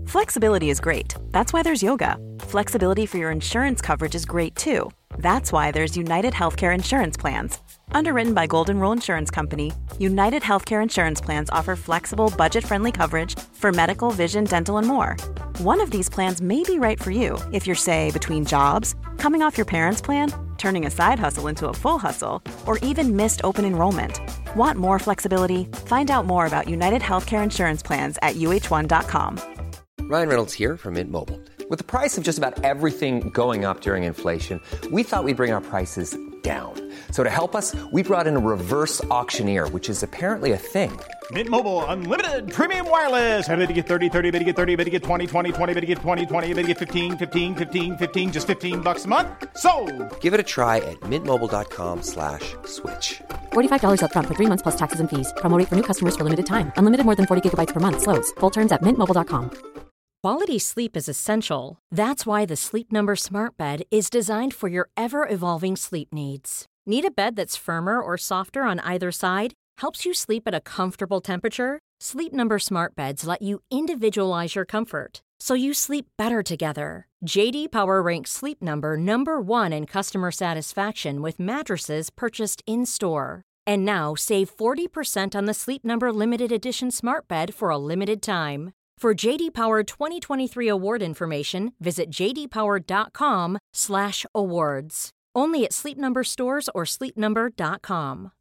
Flexibility is great. That's why there's yoga. Flexibility for your insurance coverage is great too. That's why there's United Healthcare Insurance Plans. Underwritten by Golden Rule Insurance Company, United Healthcare Insurance Plans offer flexible, budget-friendly coverage for medical, vision, dental, and more. One of these plans may be right for you if you're, say, between jobs, coming off your parents' plan, turning a side hustle into a full hustle, or even missed open enrollment. Want more flexibility? Find out more about United Healthcare Insurance Plans at uh1.com. Ryan Reynolds here from Mint Mobile. With the price of just about everything going up during inflation, we thought we'd bring our prices down. So to help us, we brought in a reverse auctioneer, which is apparently a thing. Mint Mobile Unlimited Premium Wireless. How to get 30, 30, bit to get 30, bit to get 20, 20, 20, bit to get 20, 20, bit to get 15, 15, 15, 15, just $15 a month? Sold! Give it a try at mintmobile.com/switch. $45 up front for 3 months plus taxes and fees. Promo rate for new customers for limited time. Unlimited more than 40 gigabytes per month. Slows full terms at mintmobile.com. Quality sleep is essential. That's why the Sleep Number Smart Bed is designed for your ever-evolving sleep needs. Need a bed that's firmer or softer on either side? Helps you sleep at a comfortable temperature? Sleep Number Smart Beds let you individualize your comfort, so you sleep better together. J.D. Power ranks Sleep Number #1 in customer satisfaction with mattresses purchased in-store. And now, save 40% on the Sleep Number Limited Edition Smart Bed for a limited time. For JD Power 2023 award information, visit jdpower.com/awards. Only at Sleep Number stores or sleepnumber.com.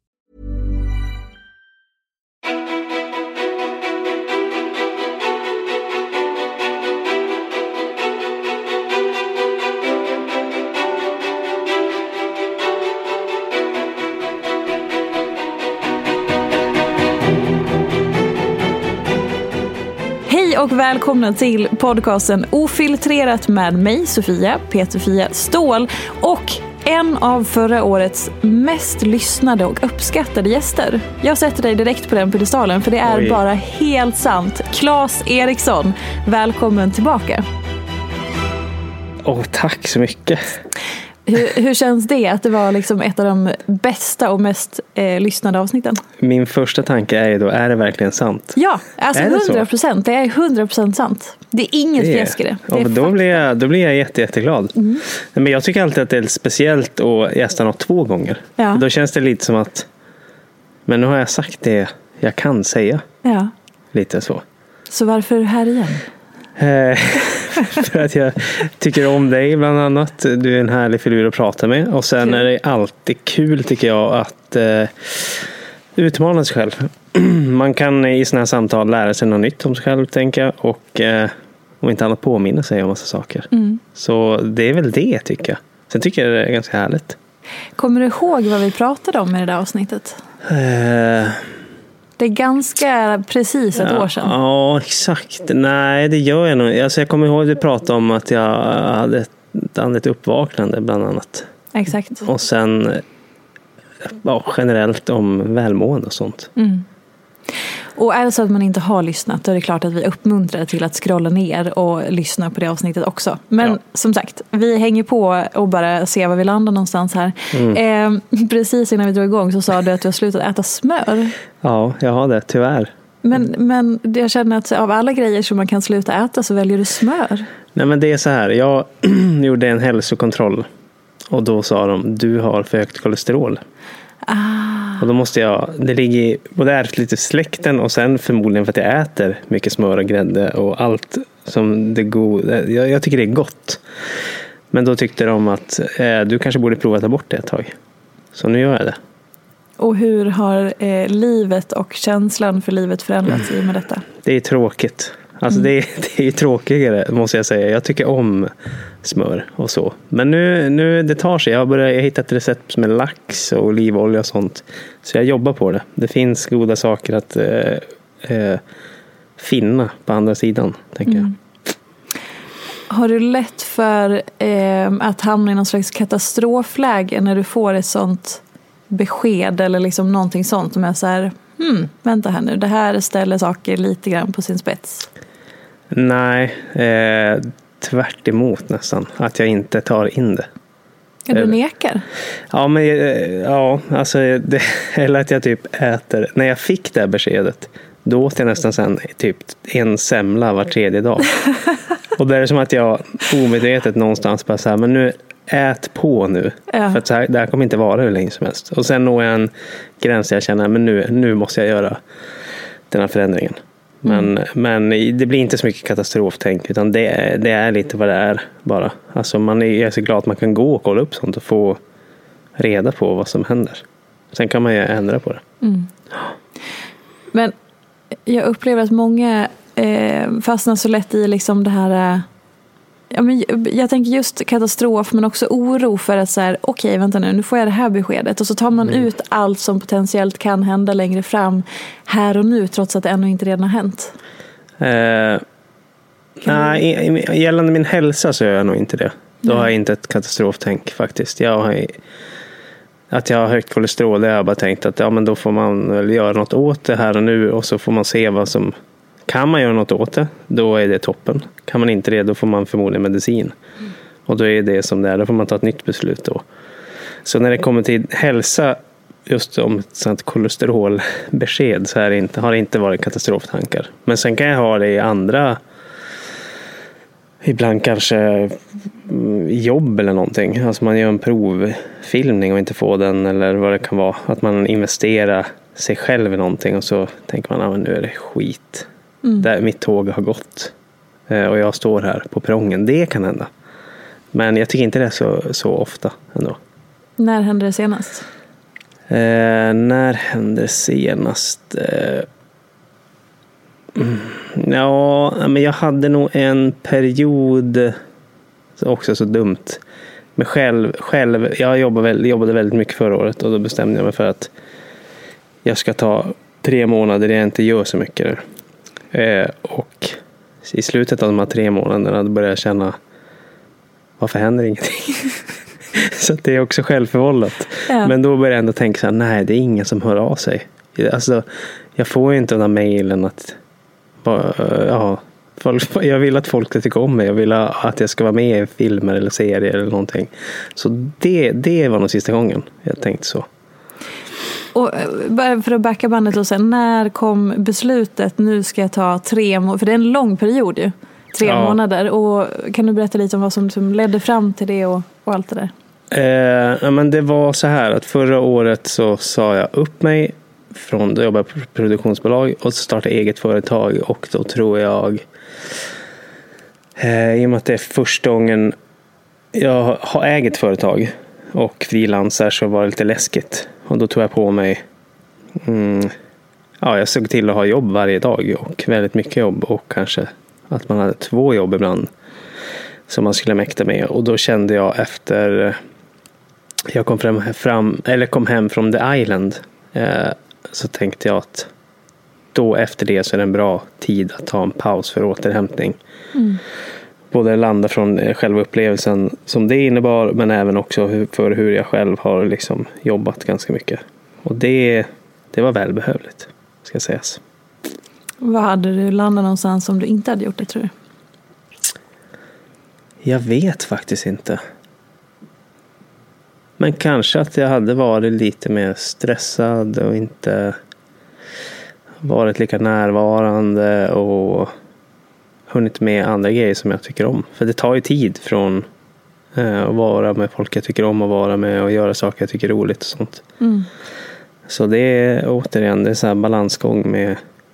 Hej och välkomna till podcasten Ofiltrerat med mig, Peter-Sofia Ståhl, och en av förra årets mest lyssnade och uppskattade gäster. Jag sätter dig direkt på den pedestalen, för det är bara helt sant. Claes Eriksson, välkommen tillbaka. Tack så mycket. Hur känns det att det var liksom ett av de bästa och mest lyssnade avsnitten? Min första tanke är ju då, är det verkligen sant? Ja, alltså 100%. Det är 100% sant. Det är inget fjäsk i det. Då blir jag jätteglad. Mm. Men jag tycker alltid att det är speciellt att gästa något 2 gånger. Ja. Då känns det lite som att, men nu har jag sagt det jag kan säga. Ja. Lite så. Så varför är du här igen? För att jag tycker om dig bland annat. Du är en härlig filur att prata med. Och sen är det alltid kul, tycker jag, att utmana sig själv. Man kan i såna här samtal lära sig något nytt om sig själv, tänker jag. Och om inte annat påminna sig om massa saker. Så det är väl det, tycker jag. Sen tycker jag det är ganska härligt. Kommer du ihåg vad vi pratade om i det där avsnittet? Det är ganska precis ett år sedan. Ja, exakt. Nej, det gör jag nog. Alltså, jag kommer ihåg att vi pratade om att jag hade ett uppvaknande bland annat. Exakt. Och sen generellt om välmående och sånt. Mm. Och är det så att man inte har lyssnat, då är det klart att vi uppmuntrar till att scrolla ner och lyssna på det avsnittet också. Men som sagt, vi hänger på och bara ser var vi landar någonstans här. Precis innan vi drog igång så sa du att du har slutat äta smör. Ja, jag har det, tyvärr. Men jag känner att av alla grejer som man kan sluta äta så väljer du smör. Nej, men det är så här. Jag gjorde en hälsokontroll och då sa de, du har för högt kolesterol. Och då måste det ligger både ärvt lite släkten och sen förmodligen för att jag äter mycket smör och grädde och allt som det goda. Jag tycker det är gott. Men då tyckte de att du kanske borde prova att ta bort det ett tag. Så nu gör jag det. Och hur har livet och känslan för livet förändrats i med detta? Det är tråkigt. Alltså det är tråkigare, måste jag säga. Jag tycker om smör och så. Men nu det tar sig. Jag har hittat ett recept med lax och olivolja och sånt. Så jag jobbar på det. Det finns goda saker att finna på andra sidan, tänker jag. Har du lätt för att hamna i någon slags katastrofläge när du får ett sånt besked eller liksom någonting sånt som är så här, vänta här nu, det här ställer saker lite grann på sin spets? Nej, tvärt emot nästan. Att jag inte tar in det. Ja, du nekar? Ja, men alltså eller att jag typ äter. När jag fick det här beskedet, Då åt jag nästan sen typ en semla var 3:e dag. Och det är som att jag omedvetet någonstans bara så här, men nu ät på nu. För att så här, det här kommer inte vara hur länge som helst. Och sen når jag en gräns där jag känner, men nu måste jag göra den här förändringen. Men det blir inte så mycket katastroftänk, utan det är lite vad det är bara. Alltså man är så glad att man kan gå och kolla upp sånt och få reda på vad som händer. Sen kan man ju ändra på det. Men jag upplever att många fastnar så lätt i liksom det här. Jag tänker just katastrof, men också oro för att så här, okej, vänta nu får jag det här beskedet, och så tar man ut allt som potentiellt kan hända längre fram här och nu, trots att det ännu inte redan har hänt. Nej, gällande min hälsa så gör jag nog inte det. Då har jag inte ett katastroftänk faktiskt. Att jag har högt kolesterol, det har jag bara tänkt att men då får man väl göra något åt det här och nu, och så får man se vad som. Kan man göra något åt det, då är det toppen. Kan man inte det, då får man förmodligen medicin. Och då är det som det är, då får man ta ett nytt beslut då. Så när det kommer till hälsa, just om ett sånt kolesterolbesked, så har det inte varit katastroftankar. Men sen kan jag ha det i andra, ibland kanske jobb eller någonting. Alltså man gör en provfilmning och inte får den, eller vad det kan vara. Att man investerar sig själv i någonting och så tänker man, men nu är det skit. Där mitt tåg har gått och jag står här på perrongen. Det kan hända. Men jag tycker inte det är så ofta ändå. När hände det senast? När hände det senast? Ja, men jag hade nog en period, också så dumt, men själv jag jobbade väldigt mycket förra året, och då bestämde jag mig för att jag ska ta 3 månader där jag inte gör så mycket nu. Och i slutet av de här 3 månaderna då började jag känna, varför händer ingenting? Så det är också självförvållat. Ja. Men då började jag ändå tänka så här, nej, det är ingen som hör av sig. Alltså, jag får ju inte den här mejlen att jag vill att folk ska tycka om mig. Jag vill att jag ska vara med i filmer eller serier eller någonting. Så det var nog sista gången jag tänkte så. Och bara för att backa bandet och sen, när kom beslutet, nu ska jag ta 3 månader, för det är en lång period ju, 3 månader, och kan du berätta lite om vad som ledde fram till det och allt det där? Men det var så här att förra året så sa jag upp mig från, då jobbade jag på produktionsbolag och så startade eget företag, och då tror jag i och med att det är första gången jag har eget företag och frilansar, så var det lite läskigt. Och då tog jag på mig jag såg till att ha jobb varje dag, och väldigt mycket jobb, och kanske att man hade 2 jobb ibland som man skulle mäkta med. Och då kände jag efter jag kom hem från The Island, så tänkte jag att då efter det så är det en bra tid att ta en paus för återhämtning. Både landa från själva upplevelsen som det innebar, men även också för hur jag själv har liksom jobbat ganska mycket. Och det var välbehövligt, ska sägas. Vad hade du landat någonstans om du inte hade gjort det, tror du? Jag vet faktiskt inte. Men kanske att jag hade varit lite mer stressad och inte varit lika närvarande och hunnit med andra grejer som jag tycker om. För det tar ju tid från att vara med folk jag tycker om, och vara med och göra saker jag tycker är roligt och sånt. Så det är återigen, det är så här balansgång med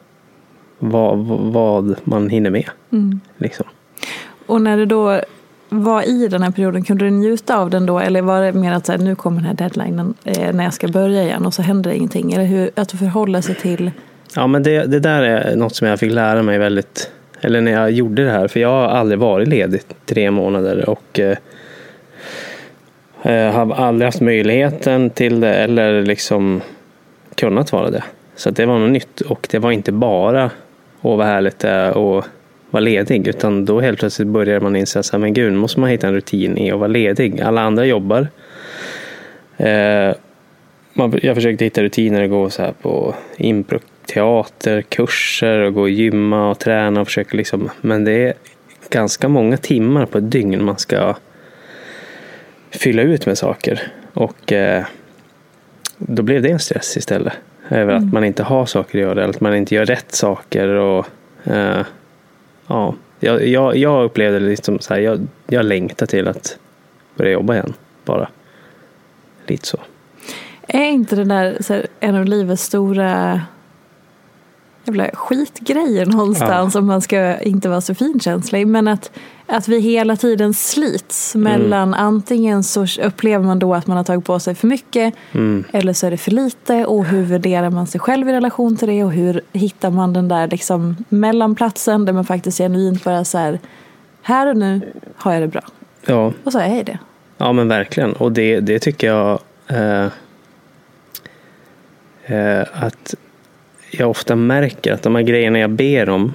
vad man hinner med. Liksom. Och när du då var i den här perioden, kunde du njuta av den då? Eller var det mer att så här, nu kommer den här deadlinen när jag ska börja igen, och så händer det ingenting? Eller hur att du förhåller sig till? Ja, men det där är något som jag fick lära mig väldigt, eller när jag gjorde det här, för jag har aldrig varit ledig 3 månader och har aldrig haft möjligheten till det eller liksom kunnat vara det. Så det var något nytt, och det var inte bara vad härligt och vara ledig, utan då helt plötsligt börjar man inse att men gud, måste man hitta en rutin i att vara ledig. Alla andra jobbar. Jag försökte hitta rutiner och gå så här på improteater, kurser och gå och gymma och träna och försöka liksom, men det är ganska många timmar på ett dygn man ska fylla ut med saker, och då blev det en stress istället. över att man inte har saker att göra, eller att man inte gör rätt saker. Och ja, jag upplevde det liksom så här, jag längtar till att börja jobba igen, bara lite så. Är inte det där så här, en av livets stora jävla skitgrejer någonstans, om man ska inte vara så finkänslig, men att vi hela tiden slits mellan antingen så upplever man då att man har tagit på sig för mycket eller så är det för lite, och hur värderar man sig själv i relation till det, och hur hittar man den där liksom mellanplatsen där man faktiskt genuint bara så här och nu har jag det bra. Ja. Och så är det. Ja, men verkligen. Och det tycker jag att jag ofta märker att de här grejerna jag ber om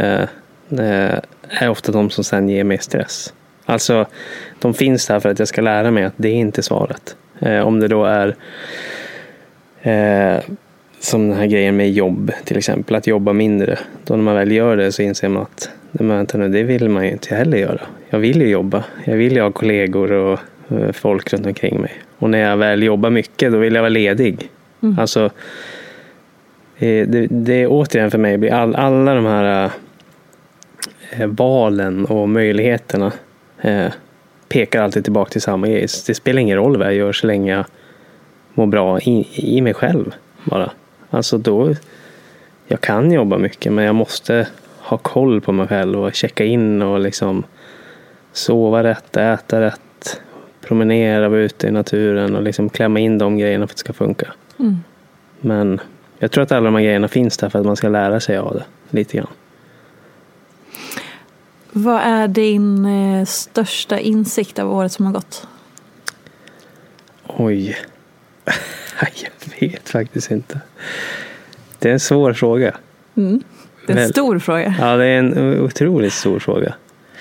är ofta de som sen ger mig stress. Alltså, de finns där för att jag ska lära mig att det är inte svaret. Om det då är som den här grejen med jobb till exempel, att jobba mindre. Då när man väl gör det så inser man att det vill man ju inte heller göra. Jag vill ju jobba. Jag vill ju ha kollegor och folk runt omkring mig. Och när jag väl jobbar mycket, då vill jag vara ledig. Alltså, det är återigen för mig, alla de här valen och möjligheterna pekar alltid tillbaka till samma grej. Det spelar ingen roll vad jag gör så länge jag mår bra i mig själv bara. Alltså då, jag kan jobba mycket, men jag måste ha koll på mig själv och checka in och liksom sova rätt, äta rätt, promenera, vara ute i naturen och liksom klämma in de grejerna för att det ska funka. Men jag tror att alla de här grejerna finns där för att man ska lära sig av det lite grann. Vad är din största insikt av året som har gått? Oj. Jag vet faktiskt inte. Det är en svår fråga. Det är en stor fråga. Ja, det är en otroligt stor fråga.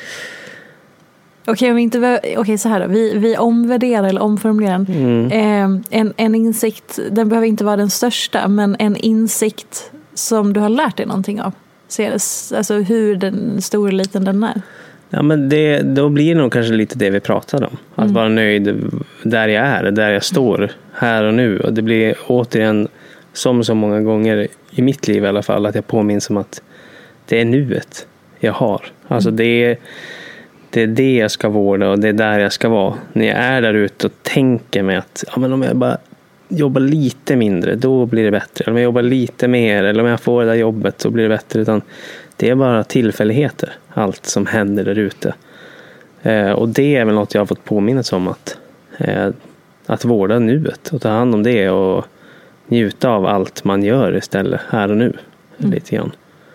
Okej, så här då. Vi omvärderar eller omformulerar en insikt. Den behöver inte vara den största, men en insikt som du har lärt dig någonting av. Alltså hur den stor eller liten den är. Ja, men då blir det nog kanske lite det vi pratade om. Att vara nöjd där jag är, där jag står här och nu. Och det blir återigen, som så många gånger i mitt liv i alla fall, att jag påminns om att det är nuet jag har. Alltså det är det jag ska vårda och det är där jag ska vara. När jag är där ute och tänker mig att men om jag bara jobbar lite mindre, då blir det bättre. Eller om jag jobbar lite mer, eller om jag får det där jobbet, så blir det bättre. Utan det är bara tillfälligheter, allt som händer där ute. Och det är väl något jag har fått påminnas om, att vårda nuet och ta hand om det och njuta av allt man gör istället här och nu. Lite grann.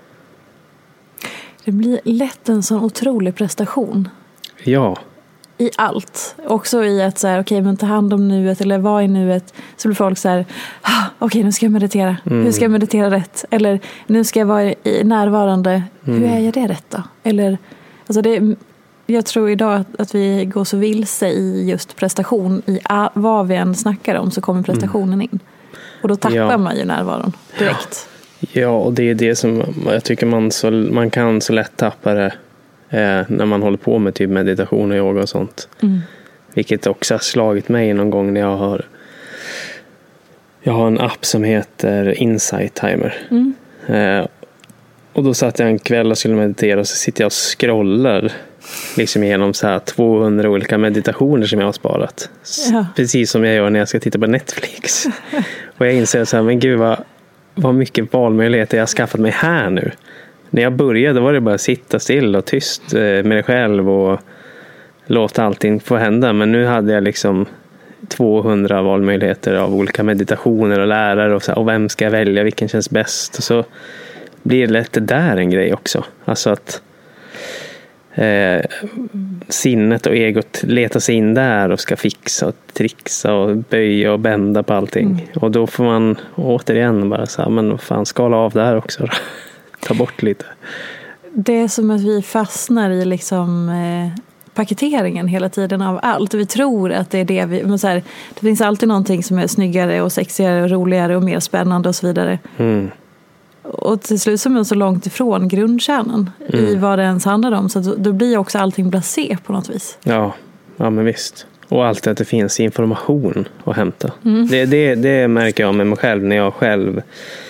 Det blir lätt en sån otrolig prestation. Ja. I allt. Också i att så här, okej, men ta hand om nuet eller vara i nuet. Så blir folk så här, okej, nu ska jag meditera. Hur ska jag meditera rätt? Eller nu ska jag vara i närvarande. Hur är jag det rätt då? Eller, alltså jag tror idag att vi går så vilse i just prestation. I vad vi än snackar om så kommer prestationen in. Och då tappar man ju närvaron direkt. Ja, och det är det som jag tycker man kan så lätt tappa det när man håller på med typ meditation och yoga och sånt. Vilket också har slagit mig någon gång när jag har en app som heter Insight Timer. Och då satt jag en kväll och skulle meditera, och så sitter jag och scrollar liksom igenom så här 200 olika meditationer som jag har sparat. Precis som jag gör när jag ska titta på Netflix. Och jag inser så här, men gud vad mycket valmöjligheter jag har skaffat mig här nu. När jag började var det bara att sitta still och tyst med dig själv och låta allting få hända. Men nu hade jag liksom 200 valmöjligheter av olika meditationer och lärare och så här, och vem ska jag välja, vilken känns bäst. Och så blir det lätt det där en grej också. Alltså att sinnet och egot letar sig in där och ska fixa och trixa och böja och bända på allting. Och då får man återigen bara så här, men fan, skala av där också då. Ta bort lite. Det är som att vi fastnar i liksom paketeringen hela tiden av allt. Vi tror att det är det men så här, det finns alltid någonting som är snyggare och sexigare och roligare och mer spännande och så vidare. Och till slut så är man så långt ifrån grundkärnan i vad det ens handlar om. Så då blir också allting blasé på något vis. Ja men visst. Och alltid att det finns information att hämta. Det märker jag med mig själv när jag själv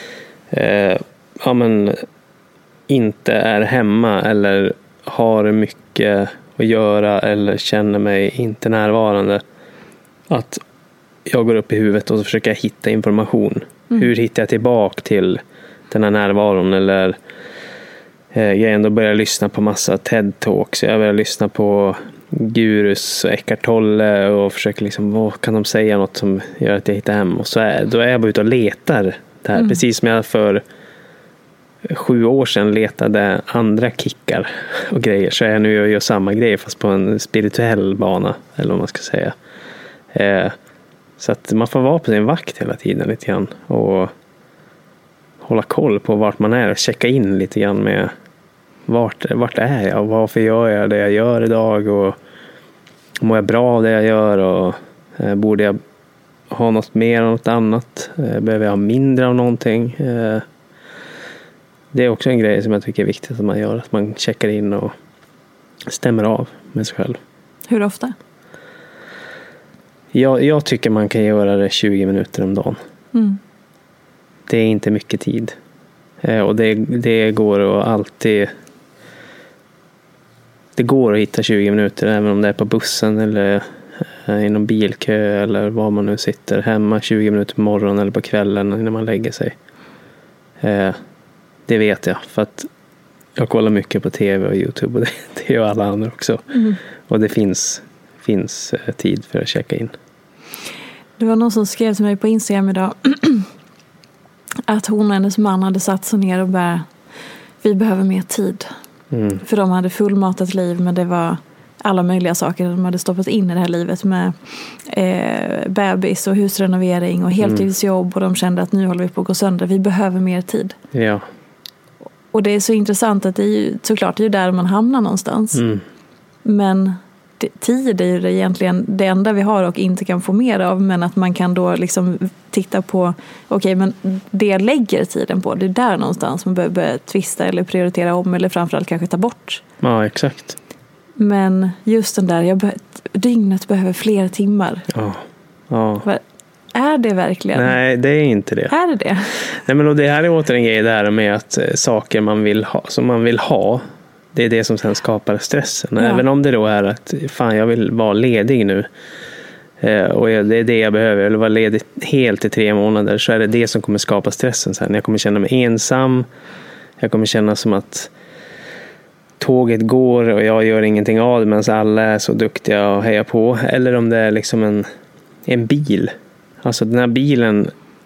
inte är hemma eller har mycket att göra eller känner mig inte närvarande. Att jag går upp i huvudet och så försöker jag hitta information. Hur hittar jag tillbaka till den här närvaron? Eller jag ändå börjar lyssna på massa TED-talks. Jag börjar lyssna på gurus och Eckhart Tolle och försöker liksom, vad kan de säga något som gör att jag hittar hem? Och då är jag bara ute och letar det här. Precis som jag för 7 år sedan letade andra kickar och grejer, så är jag nu och gör samma grej fast på en spirituell bana, eller vad man ska säga. Så att man får vara på sin vakt hela tiden lite grann och hålla koll på vart man är och checka in lite grann med vart är jag och varför gör jag det jag gör idag och mår jag bra av det jag gör och borde jag ha något mer av något annat, behöver jag ha mindre av någonting. Det är också en grej som jag tycker är viktigt att man gör, att man checkar in och stämmer av med sig själv. Hur ofta? Jag tycker man kan göra det 20 minuter om dagen. Det är inte mycket tid. Och det går att alltid... Det går att hitta 20 minuter även om det är på bussen eller i någon bilkö eller var man nu sitter hemma 20 minuter på morgonen eller på kvällen innan man lägger sig. Det vet jag för att jag kollar mycket på tv och YouTube och det gör alla andra också. Och det finns tid för att checka in. Det var någon som skrev till mig på Instagram idag att hon och hennes man hade satt sig ner och bara, vi behöver mer tid. För de hade fullmatat liv, men det var alla möjliga saker de hade stoppat in i det här livet med bebis och husrenovering och heltidsjobb, och de kände att nu håller vi på att gå sönder. Vi behöver mer tid. Ja. Och det är så intressant att det är ju, såklart det är ju där man hamnar någonstans. Men tid är ju det egentligen det enda vi har och inte kan få mer av, men att man kan då liksom titta på okej, men det jag lägger tiden på, det är där någonstans man behöver börja tvista eller prioritera om eller framförallt kanske ta bort. Ja, exakt. Men just den där, dygnet behöver fler timmar. Ja. Är det verkligen? Nej, det är inte det. Är det? Nej, men det här är åter en grej där med att saker man vill ha, som man vill ha, det är det som sen skapar stressen. Ja. Även om det då är att fan, jag vill vara ledig nu och det är det jag behöver, eller vara ledig helt i 3 månader, så är det det som kommer skapa stressen sen. Jag kommer känna mig ensam, jag kommer känna som att tåget går och jag gör ingenting av det medan alla är så duktiga och hejar på. Eller om det är liksom en bil. Alltså den här bilen,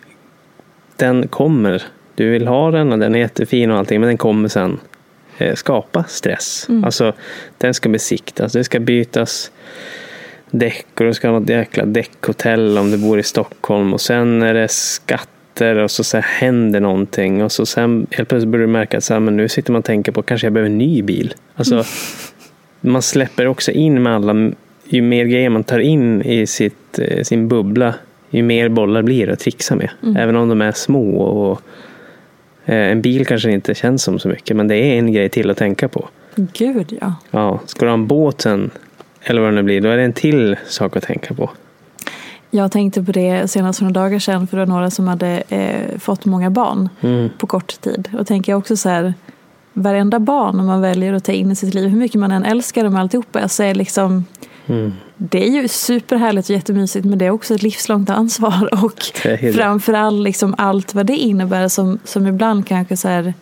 den kommer, du vill ha den och den är jättefin och allting, men den kommer sen skapa stress. Alltså den ska besiktas, det ska bytas däck och du ska ha något jäkla däckhotell om du bor i Stockholm, och sen är det skatter och så händer någonting och så sen helt plötsligt börjar du märka att så här, men nu sitter man och tänker på kanske jag behöver en ny bil. Alltså man släpper också in med alla, ju mer grejer man tar in i sin bubbla, ju mer bollar blir det att trixa med. Även om de är små, och en bil kanske inte känns som så mycket, men det är en grej till att tänka på. Gud, ja. Ja, ska du ha en båt sen, eller vad det nu blir, då är det en till sak att tänka på. Jag tänkte på det senast för några dagar sedan, för det var några som hade fått många barn på kort tid. Och tänker jag också så här, varenda barn, om man väljer att ta in i sitt liv, hur mycket man än älskar dem alltihopa, så är liksom det är ju superhärligt och jättemysigt, men det är också ett livslångt ansvar, och framförallt liksom allt vad det innebär som ibland kanske så här,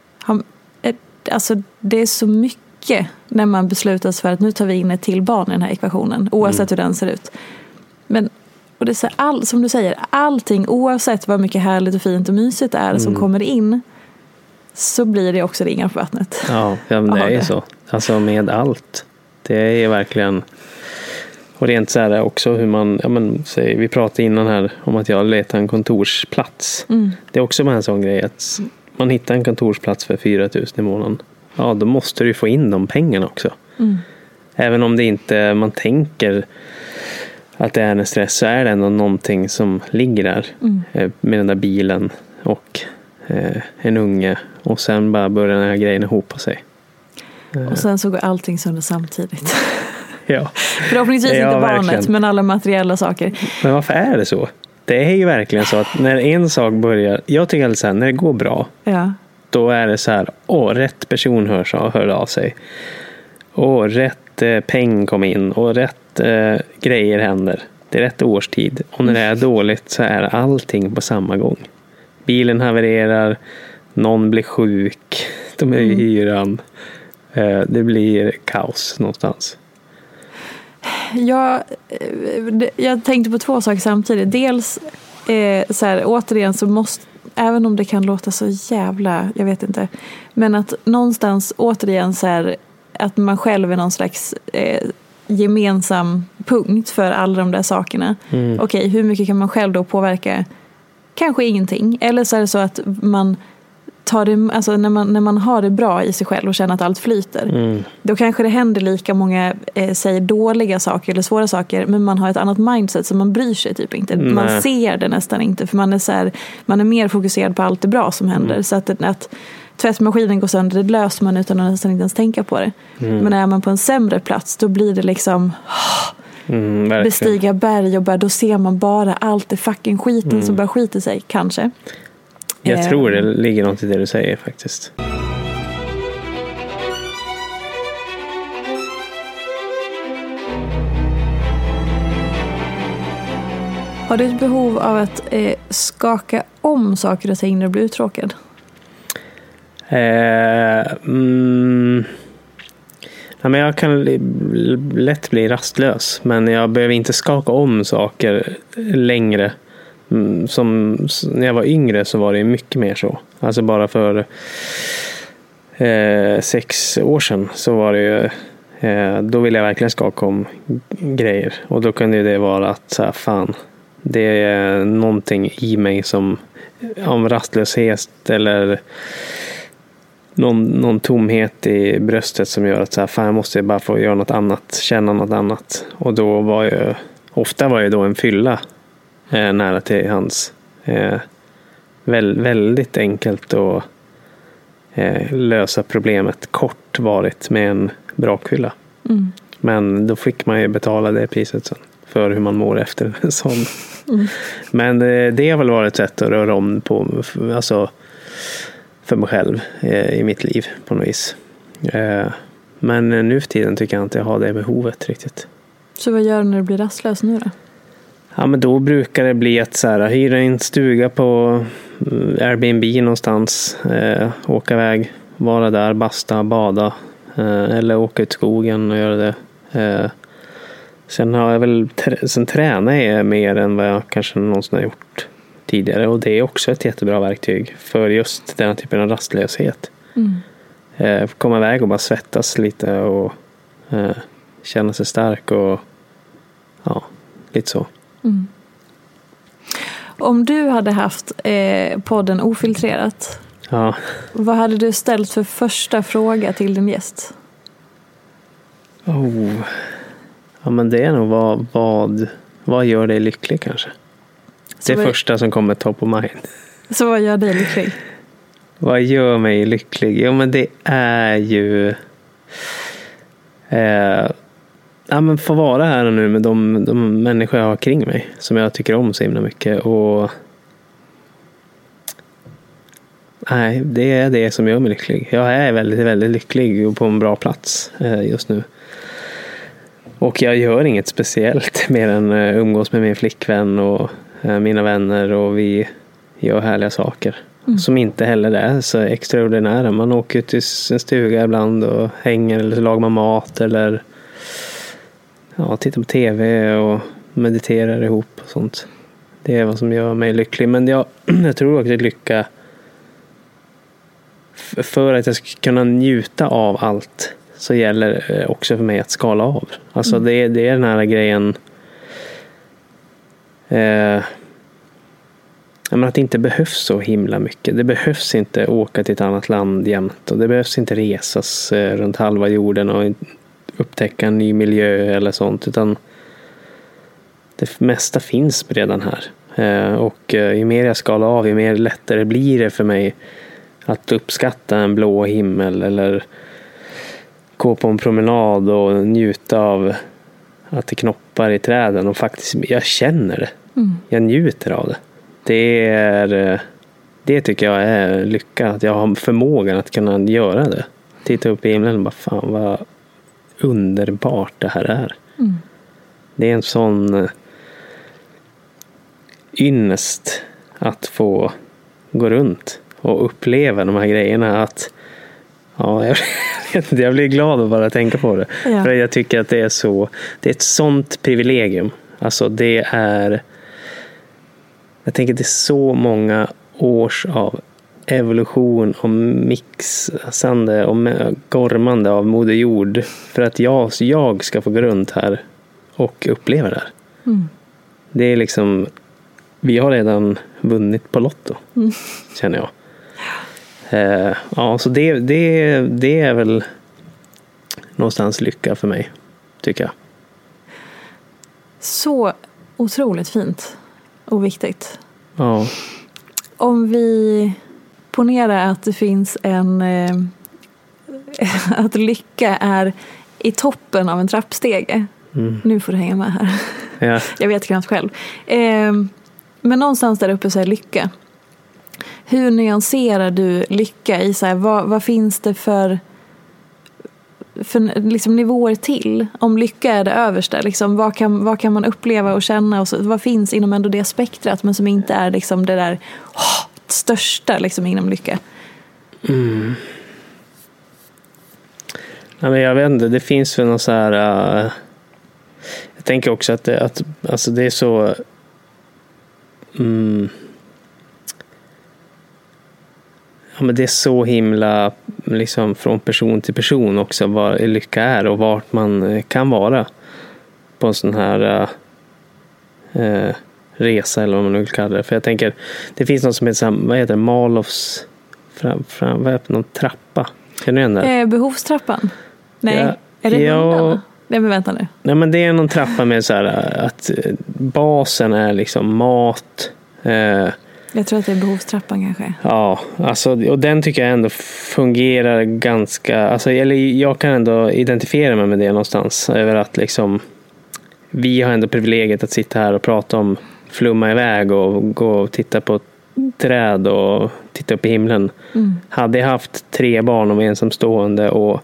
alltså det är så mycket när man beslutar sig för att nu tar vi in ett till barn i den här ekvationen, oavsett hur den ser ut. Men, och det är så här, som du säger, allting, oavsett vad mycket härligt och fint och mysigt är som kommer in, så blir det också ringar på vattnet. Ja, men det är ju så. Alltså med allt. Det är verkligen, och rent så här också hur man, vi pratade innan här om att jag letar en kontorsplats. Det är också en sån grej att man hittar en kontorsplats för 4 000 i månaden. Ja, då måste du få in de pengarna också. Även om det inte, man tänker att det är en stress, så är det ändå någonting som ligger där med den där bilen och en unge, och sen bara börjar den här grejen ihop på sig. Och sen så går allting sönder samtidigt. Ja. Förhoppningsvis inte barnet, verkligen. men alla materiella saker. Men varför är det så? Det är ju verkligen så att när en sak börjar, jag tycker alltid så här, när det går bra, då är det så här, rätt person hör av sig. Rätt peng kom in och rätt grejer händer. Det är rätt årstid. Och när det är dåligt så är allting på samma gång. Bilen havererar, någon blir sjuk, de är i hyran. Det blir kaos någonstans. Jag tänkte på två saker samtidigt. Dels så här, återigen så måste, även om det kan låta så jävla, jag vet inte, men att någonstans återigen så här, att man själv är någon slags gemensam punkt för alla de där sakerna. Okej, hur mycket kan man själv då påverka? Kanske ingenting. Eller så är det så att man tar det, alltså när man har det bra i sig själv och känner att allt flyter, då kanske det händer lika många säger dåliga saker eller svåra saker, men man har ett annat mindset så man bryr sig typ inte. Man ser det nästan inte, för man är så här, man är mer fokuserad på allt det bra som händer. Så att tvättmaskinen går sönder, det löser man utan att nästan inte ens tänka på det. Men är man på en sämre plats, då blir det liksom bestiga berg och då ser man bara allt det fucking skiten som bara skiter sig, kanske. Jag tror det ligger något i det du säger faktiskt. Har du ett behov av att skaka om saker och ting när du blir uttråkad? Men jag kan lätt bli rastlös, men jag behöver inte skaka om saker längre. Som när jag var yngre så var det mycket mer så. Alltså bara för 6 år sedan så var det ju då ville jag verkligen skaka om grejer, och då kunde det vara att så här, fan, det är någonting i mig som om rastlöshet eller någon tomhet i bröstet som gör att så här, fan, jag måste bara få göra något annat, känna något annat. Och då var ju ofta var ju då en fylla nära till hans. Väldigt enkelt att lösa problemet kortvarigt med en brakfylla. Men då fick man ju betala det priset sen för hur man mår efter en sån. Men det har väl varit ett sätt att röra om på, alltså för mig själv i mitt liv på något vis. Men nu för tiden tycker jag inte jag har det behovet riktigt. Så vad gör du när du blir rastlös nu då? Ja, men då brukar det bli att så här, hyra en stuga på Airbnb någonstans, åka iväg, vara där, basta, bada, eller åka ut i skogen och göra det. Sen har jag väl sen tränar jag mer än vad jag kanske någonsin har gjort tidigare, och det är också ett jättebra verktyg för just den typen av rastlöshet. Komma iväg och bara svettas lite och känna sig stark och ja, lite så. Om du hade haft podden Ofiltrerat, vad hade du ställt för första fråga till din gäst? Ja, men det är nog vad gör dig lycklig kanske. Så det är första som kommer top of mind. Så vad gör dig lycklig? Vad gör mig lycklig? Jo, men det är ju men få vara här och nu med de människor jag har kring mig som jag tycker om så himla mycket, och det är det som gör mig lycklig. Jag är väldigt, väldigt lycklig och på en bra plats just nu. Och jag gör inget speciellt mer än umgås med min flickvän och mina vänner, och vi gör härliga saker som inte heller är så extraordinära. Man åker ut till en stuga ibland och hänger, eller lagar man mat, eller tittar på tv och mediterar ihop och sånt. Det är vad som gör mig lycklig. Men jag tror också att lycka, för att jag ska kunna njuta av allt, så gäller också för mig att skala av. Alltså det är den här grejen att det inte behövs så himla mycket. Det behövs inte åka till ett annat land jämt, och det behövs inte resas runt halva jorden och upptäcka en ny miljö eller sånt, utan det mesta finns redan här. Och ju mer jag skalar av, ju mer lättare blir det för mig att uppskatta en blå himmel, eller gå på en promenad och njuta av att det knoppar i träden och faktiskt jag känner det. Jag njuter av det. Det tycker jag är lycka, att jag har förmågan att kunna göra det. Titta upp i himlen och bara fan vad underbart det här är. Det är en sån ynnest att få gå runt och uppleva de här grejerna, att jag blir glad att bara tänka på det. Ja. För jag tycker att det är ett sånt privilegium. Alltså jag tänker att det är så många års av evolution och mixande och gormande av Moder Jord för att jag ska få gå runt här och uppleva det här. Det är liksom, vi har redan vunnit på Lotto, känner jag. Så det är väl någonstans lycka för mig, tycker jag. Så otroligt fint och viktigt. Ja. Om vi ponerar att det finns att lycka är i toppen av en trappstege. Nu får du hänga med här. Ja. Jag vet knappt själv. Men någonstans där uppe så är lycka. Hur nyanserar du lycka i så här, vad finns det för liksom nivåer till? Om lycka är det översta, liksom, vad kan man uppleva och känna, och så, vad finns inom ändå det spektrat men som inte är liksom det där största liksom inom lycka? Ja, men jag vet inte, det finns väl någon så här jag tänker också att alltså det är så ja, men det är så himla liksom från person till person också vad lycka är och vart man kan vara på en sån här resa eller vad man nu vill kalla det. För jag tänker, det finns något som heter, vad heter det? Malofs vad är det? Någon trappa? Känner du igen det? Behovstrappan? Nej, ja, är det hundarna? Nej, men vänta nu. Nej, men det är någon trappa med så här att basen är liksom mat. Jag tror att det är behovstrappan kanske. Ja, alltså, och den tycker jag ändå fungerar ganska, alltså, eller jag kan ändå identifiera mig med det någonstans, över att liksom vi har ändå privilegiet att sitta här och prata om flumma iväg och gå och titta på träd och titta upp i himlen. Hade jag haft 3 barn och ensamstående och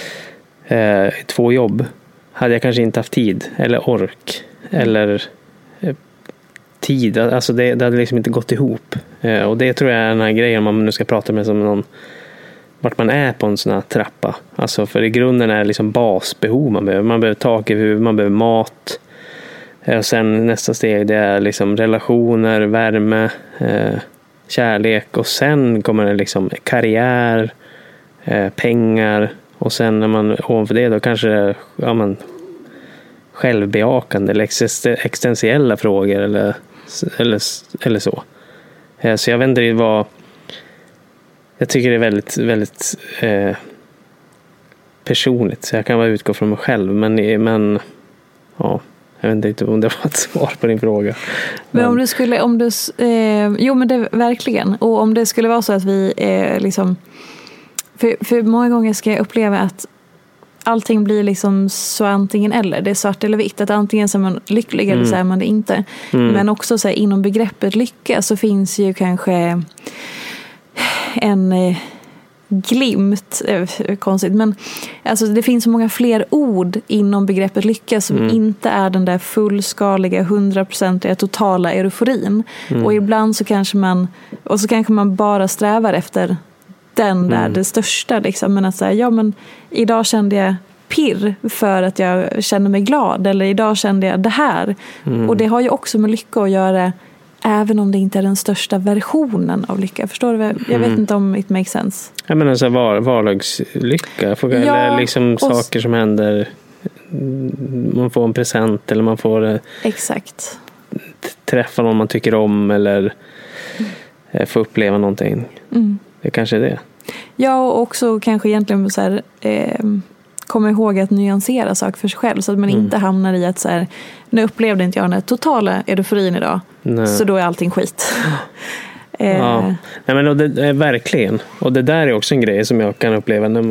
2 jobb, hade jag kanske inte haft tid eller ork eller tid, alltså det hade liksom inte gått ihop. Och det tror jag är den här grejen, om man nu ska prata med som någon, vart man är på en sån här trappa. Alltså för i grunden är det liksom basbehov man behöver tak över huvudet, man behöver mat, och sen nästa steg det är liksom relationer, värme, kärlek, och sen kommer det liksom karriär, pengar, och sen när man ovanför det då kanske självbejakande eller existentiella frågor eller så. Så jag vet inte vad jag tycker det är väldigt, väldigt personligt, så jag kan bara utgå från mig själv, men ja, jag vet inte om det var ett svar på din fråga. Men jo men det verkligen, och om det skulle vara så att vi liksom för många gånger ska jag uppleva att allting blir liksom så antingen eller, det är svart eller vitt, att antingen så är man lycklig eller så är man det inte. Men också så här, inom begreppet lycka så finns ju kanske en glimt, konstigt, men alltså det finns så många fler ord inom begreppet lycka som inte är den där fullskaliga 100% totala euforin. Och ibland så kanske man bara strävar efter den där det största liksom, men att säga, ja men idag kände jag pirr för att jag känner mig glad, eller idag kände jag det här. Och det har ju också med lycka att göra, även om det inte är den största versionen av lycka. Förstår du? Jag vet inte om it makes sense. Jag menar så vardagslycka, eller liksom saker som händer, man får en present eller man får exakt träffa någon man tycker om, eller få uppleva någonting. Det kanske är det. Ja, och också kanske egentligen så här, komma ihåg att nyansera saker för sig själv, så att man inte hamnar i att så här, nu upplevde inte jag den här totala euforin idag. Nej. Så då är allting skit. Ja. Nej, men det är verkligen. Och det där är också en grej som jag kan uppleva när man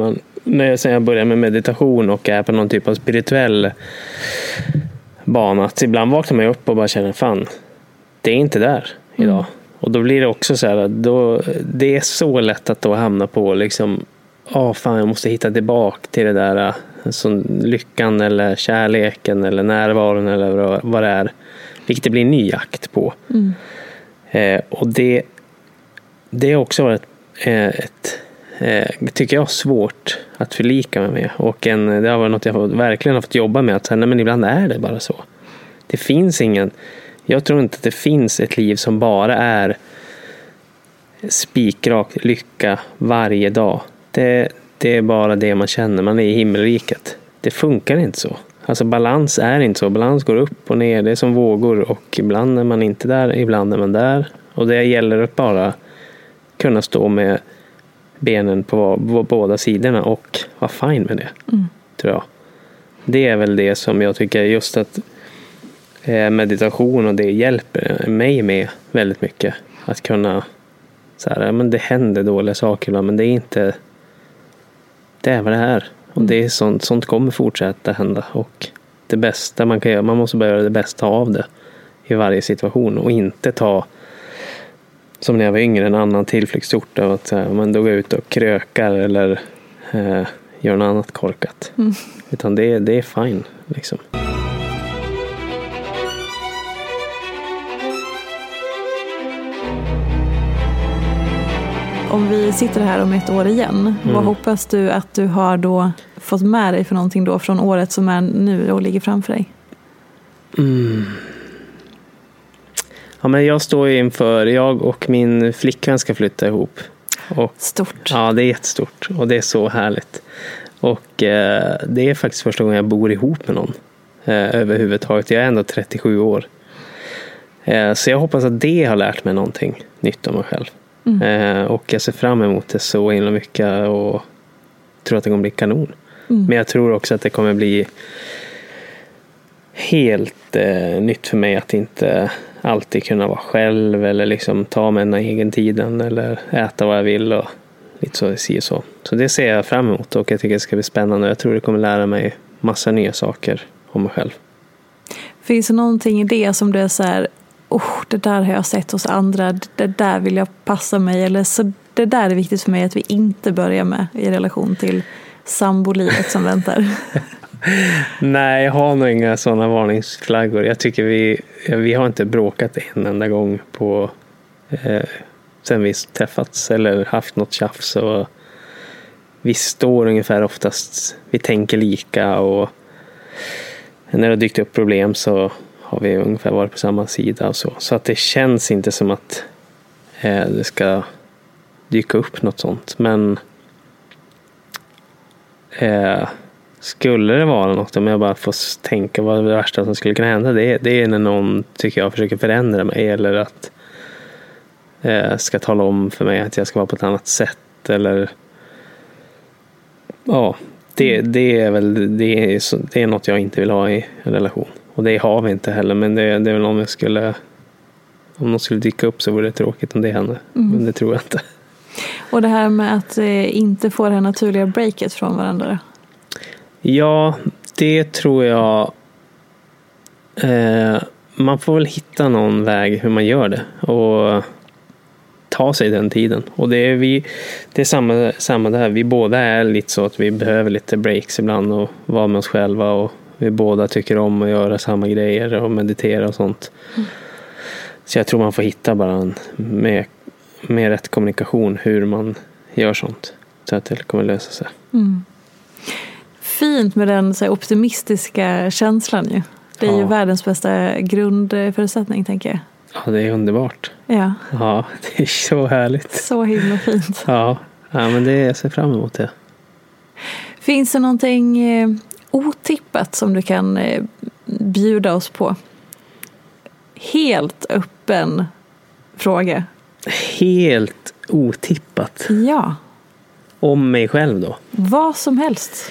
när jag börjar med meditation och är på någon typ av spirituell bana, att ibland vaknar man upp och bara känner fan, det är inte där idag. Och då blir det också så här, det är så lätt att då hamna på liksom, fan, jag måste hitta tillbaka till det där, som lyckan eller kärleken eller närvaron eller vad det är, vilket det blir en ny jakt på. Och det är också varit ett tycker jag svårt att förlika mig med, och det har varit något jag verkligen har fått jobba med, att nej, men ibland är det bara så. Det finns jag tror inte att det finns ett liv som bara är spikrak lycka varje dag. Det är bara det man känner, man är i himmelriket. Det funkar inte så. Alltså balans är inte så. Balans går upp och ner, det är som vågor, och ibland är man inte där, ibland är man där. Och det gäller att bara kunna stå med benen på båda sidorna och vara fine med det, tror jag. Det är väl det som jag tycker, just att meditation och det hjälper mig med väldigt mycket. Att kunna så här, men det händer dåliga saker ibland, men det är inte, det är vad det är. Och det är sånt kommer fortsätta hända, och det bästa man kan göra, man måste bara göra det bästa av det i varje situation, och inte ta, som när jag var yngre, en annan tillflyktsort av att man då går ut och krökar eller gör något annat korkat. Utan det är fine liksom. Om vi sitter här om ett år igen, vad hoppas du att du har då fått med dig för någonting då från året som är nu och ligger framför dig? Ja, men jag står inför, jag och min flickvän ska flytta ihop. Och, stort. Ja, det är jättestort, och det är så härligt. Och det är faktiskt första gången jag bor ihop med någon överhuvudtaget. Jag är ändå 37 år. Så jag hoppas att det har lärt mig någonting nytt om mig själv. Och jag ser fram emot det så himla mycket, och tror att det kommer bli kanon. Men jag tror också att det kommer bli helt nytt för mig att inte alltid kunna vara själv, eller liksom ta med en egen tiden, eller äta vad jag vill och lite så. Så det ser jag fram emot, och jag tycker det ska bli spännande. Jag tror det kommer lära mig massa nya saker om mig själv. Finns det någonting i det som du är så här, det där har jag sett hos andra, det där vill jag passa mig, eller så det där är viktigt för mig att vi inte börjar med i relation till sambolivet som väntar? Nej, jag har nog inga sådana varningsflaggor. Jag tycker vi har inte bråkat en enda gång på sen vi träffats eller haft något tjafs, och vi står ungefär oftast, vi tänker lika, och när det har dykt upp problem så har vi ungefär varit på samma sida och så att det känns inte som att det ska dyka upp något sånt, men skulle det vara något, om jag bara får tänka vad det värsta som skulle kunna hända, det är när någon, tycker jag, försöker förändra mig, eller att ska tala om för mig att jag ska vara på ett annat sätt, eller det är väl det är något jag inte vill ha i en relation, och det har vi inte heller, men det är väl om någon skulle dyka upp så vore det tråkigt om det hände, men det tror jag inte. Och det här med att inte få det här naturliga breaket från varandra? Ja, det tror jag man får väl hitta någon väg hur man gör det, och ta sig den tiden. Och det är samma där. Vi båda är lite så att vi behöver lite breaks ibland och vara med oss själva, och vi båda tycker om att göra samma grejer och meditera och sånt. Så jag tror man får hitta bara med rätt kommunikation hur man gör sånt, så att det kommer lösa sig. Fint med den så här optimistiska känslan ju. Det är ju världens bästa grundförutsättning, tänker jag. Ja, det är underbart. Ja, det är så härligt. Så himla fint. Ja, men jag ser fram emot det. Finns det någonting otippat som du kan bjuda oss på? Helt öppen fråga. Helt otippat? Ja. Om mig själv då? Vad som helst.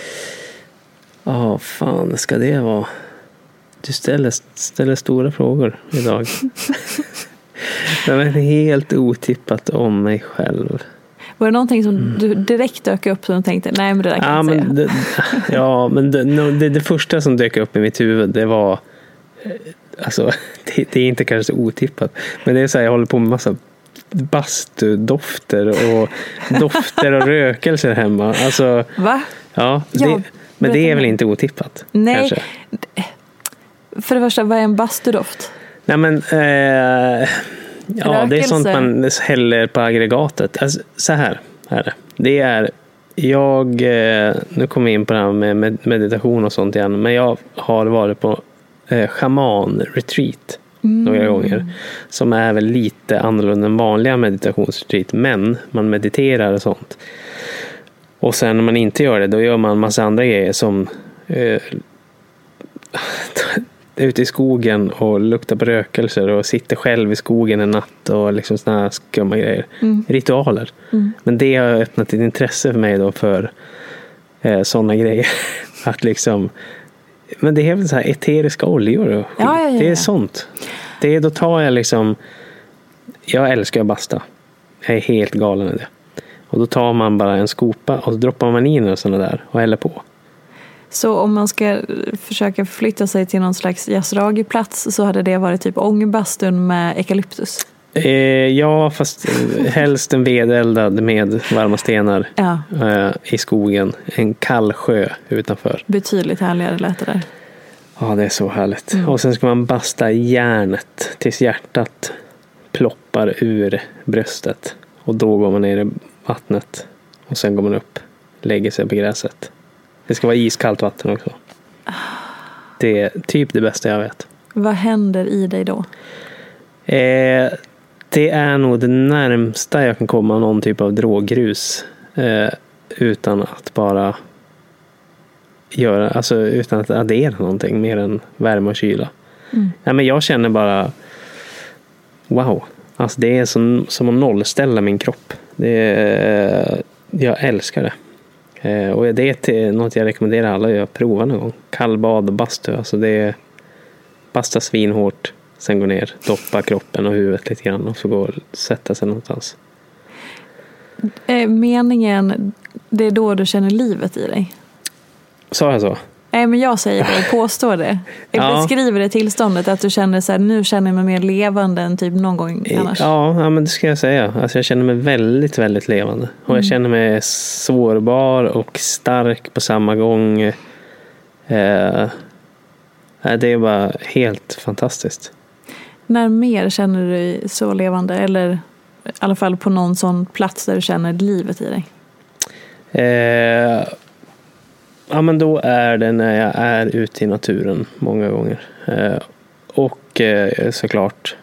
Fan ska det vara? Du ställer stora frågor idag. Men helt otippat om mig själv. Var det någonting som du direkt dök upp som du tänkte, nej men det där kan jag säga? Det första som dök upp i mitt huvud, det var alltså, det är inte kanske så otippat, men det är så här, jag håller på med massa bastudofter och dofter och rökelser hemma. Alltså, va? Ja, men det är väl inte otippat? Nej. Kanske. För det första, vad är en bastudoft? Nej men det är sånt man häller på aggregatet. Alltså, så här är det. Det är nu kommer jag in på det här med meditation och sånt igen, men jag har varit på shaman-retreat några gånger, som är väl lite annorlunda än vanliga meditationsretreat, men man mediterar och sånt. Och sen när man inte gör det, då gör man massa andra grejer som ute i skogen och luktar på rökelser och sitter själv i skogen en natt och liksom såna här skumma grejer. Ritualer. Men det har öppnat ett intresse för mig då för sådana grejer. Att liksom, men det är väl så här eteriska oljor och skit. Det är sånt. Då tar jag liksom, jag älskar att basta. Jag är helt galen i det. Och då tar man bara en skopa och så droppar man in och sådana där och häller på. Så om man ska försöka förflytta sig till någon slags Yasragi-plats, så hade det varit typ ångbastun med eukalyptus? Ja, fast helst en vedeldad med varma stenar i skogen. En kall sjö utanför. Betydligt härligare lät det där. Ja, det är så härligt. Och sen ska man basta järnet tills hjärtat ploppar ur bröstet. Och då går man ner i vattnet. Och sen går man upp, lägger sig på gräset. Det ska vara iskallt vatten också. Det är typ det bästa jag vet. Vad händer i dig då? Det är nog det närmsta jag kan komma någon typ av droggrus. Utan att bara göra, alltså utan att addera någonting mer än värme och kyla. Nej, men jag känner bara wow. Alltså det är som att nollställa min kropp. Jag älskar det. Och det är något jag rekommenderar alla att prova någon gång. Kallbad och bastu. Alltså det är basta svinhårt. Sen gå ner, doppa kroppen och huvudet lite grann. Och så gå och sätta sig någonstans. Meningen, det är då du känner livet i dig? Sa jag så? Nej, men jag säger det, påstår det. Jag beskriver det tillståndet att du känner så här, nu känner jag mig mer levande än typ någon gång annars. Ja, men det ska jag säga. Alltså jag känner mig väldigt, väldigt levande. Och jag känner mig sårbar och stark på samma gång. Det är bara helt fantastiskt. När mer känner du dig så levande? Eller i alla fall på någon sån plats där du känner livet i dig? Ja, men då är det när jag är ute i naturen många gånger. Och såklart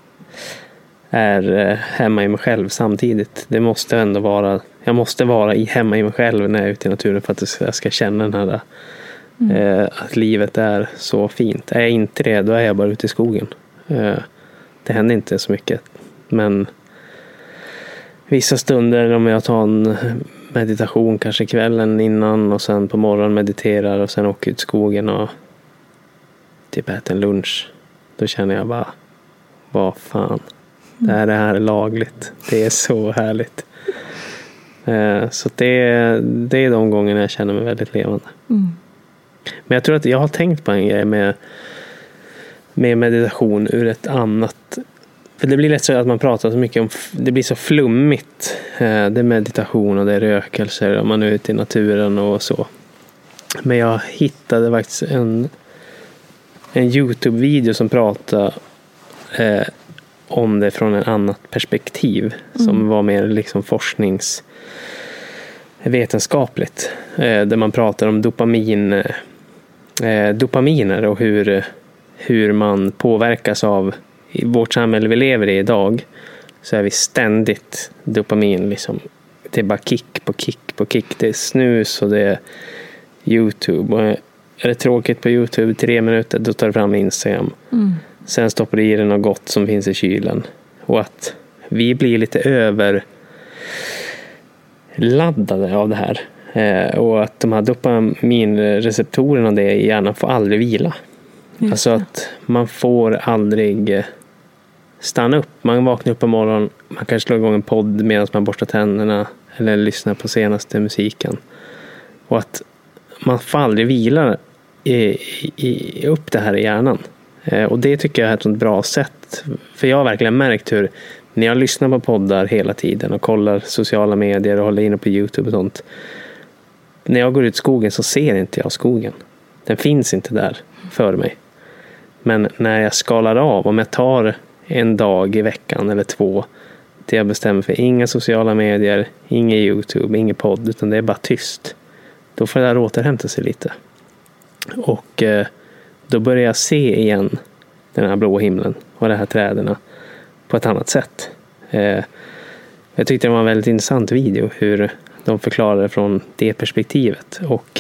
är hemma i mig själv samtidigt. Det måste ändå vara, jag måste vara hemma i mig själv när jag är ute i naturen för att jag ska känna den här att livet är så fint. Är jag inte det, då är jag bara ute i skogen. Det händer inte så mycket. Men vissa stunder om jag tar en meditation kanske kvällen innan och sen på morgonen mediterar och sen åker ut i skogen och typ äter en lunch, då känner jag bara, vad fan, det här är lagligt, det är så härligt. Så det är de gångerna jag känner mig väldigt levande. Men jag tror att jag har tänkt på en grej med meditation ur ett annat. För det blir lätt så att man pratar så mycket om, det blir så flummigt. Det är meditation och det är rökelser och man är ute i naturen och så. Men jag hittade faktiskt en YouTube-video som pratade om det från ett annat perspektiv. Som var mer liksom forskningsvetenskapligt. Där man pratar om dopaminer och hur man påverkas av. I vårt samhälle vi lever i idag så är vi ständigt dopamin liksom. Det är bara kick på kick på kick. Det är snus och det är YouTube. Och är det tråkigt på YouTube 3 minuter, då tar du fram Instagram. Sen stoppar du i den något gott som finns i kylen. Och att vi blir lite överladdade av det här. Och att de här dopaminreceptorerna det i hjärnan får aldrig vila. Alltså att man får aldrig stanna upp. Man vaknar upp på morgonen, man kanske slår igång en podd medan man borstar tänderna eller lyssna på senaste musiken. Och att man får aldrig vila upp det här i hjärnan. Och det tycker jag är ett sånt bra sätt. För jag har verkligen märkt hur när jag lyssnar på poddar hela tiden och kollar sociala medier och håller inne på YouTube och sånt. När jag går ut i skogen så ser inte jag skogen. Den finns inte där för mig. Men när jag skalar av, om jag tar en dag i veckan eller 2 där jag bestämmer för inga sociala medier, ingen YouTube, ingen podd, utan det är bara tyst. Då får det där återhämta sig lite. Och då börjar jag se igen den här blå himlen och de här träden på ett annat sätt. Jag tyckte det var en väldigt intressant video hur de förklarade från det perspektivet. Och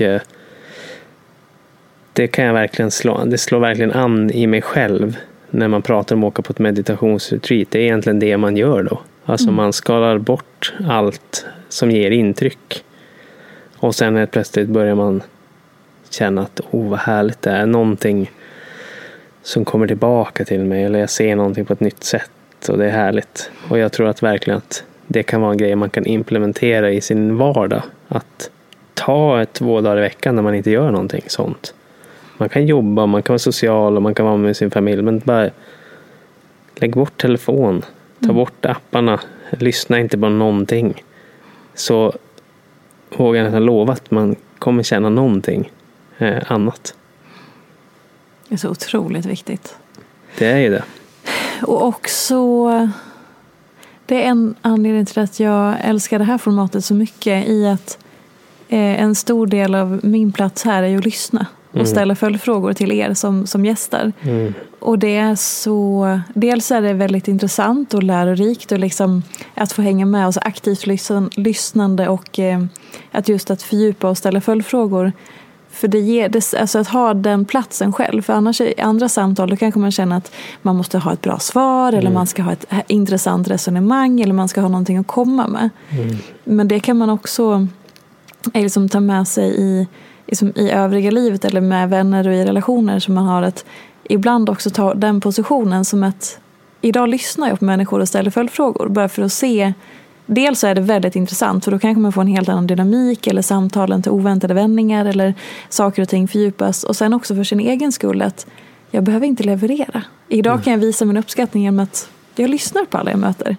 det kan jag verkligen det slår verkligen an i mig själv när man pratar om att åka på ett meditationsretreat. Det är egentligen det man gör då. Alltså man skalar bort allt som ger intryck. Och sen helt plötsligt börjar man känna att vad härligt det är. Någonting som kommer tillbaka till mig. Eller jag ser någonting på ett nytt sätt. Och det är härligt. Och jag tror att verkligen att det kan vara en grej man kan implementera i sin vardag. Att ta 2 dagar i veckan när man inte gör någonting sånt. Man kan jobba, man kan vara social och man kan vara med sin familj. Men bara lägg bort telefon. Ta bort apparna. Lyssna inte på någonting. Så vågar jag nästan lova att man kommer känna någonting annat. Det är så otroligt viktigt. Det är ju det. Och också det är en anledning till att jag älskar det här formatet så mycket i att en stor del av min plats här är ju att lyssna och ställa följdfrågor till er som gäster. Och det är så, dels är det väldigt intressant och lärorikt och liksom att få hänga med oss aktivt lyssnande och att fördjupa och ställa följdfrågor. För det ger alltså att ha den platsen själv. För annars i andra samtal då kanske man känna att man måste ha ett bra svar eller man ska ha ett intressant resonemang eller man ska ha någonting att komma med. Men det kan man också liksom ta med sig i övriga livet eller med vänner och i relationer som man har att ibland också ta den positionen som att idag lyssnar jag på människor och ställer följdfrågor bara för att se. Dels så är det väldigt intressant för då kanske man får en helt annan dynamik eller samtalen till oväntade vändningar eller saker och ting fördjupas och sen också för sin egen skull att jag behöver inte leverera. Idag kan jag visa min uppskattning genom att jag lyssnar på alla jag möter.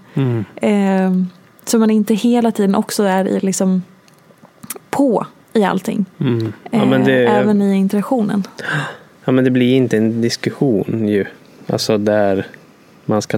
Så man inte hela tiden också är i liksom på i allting. Ja, men även i interaktionen. Ja, men det blir inte en diskussion ju. Alltså där man ska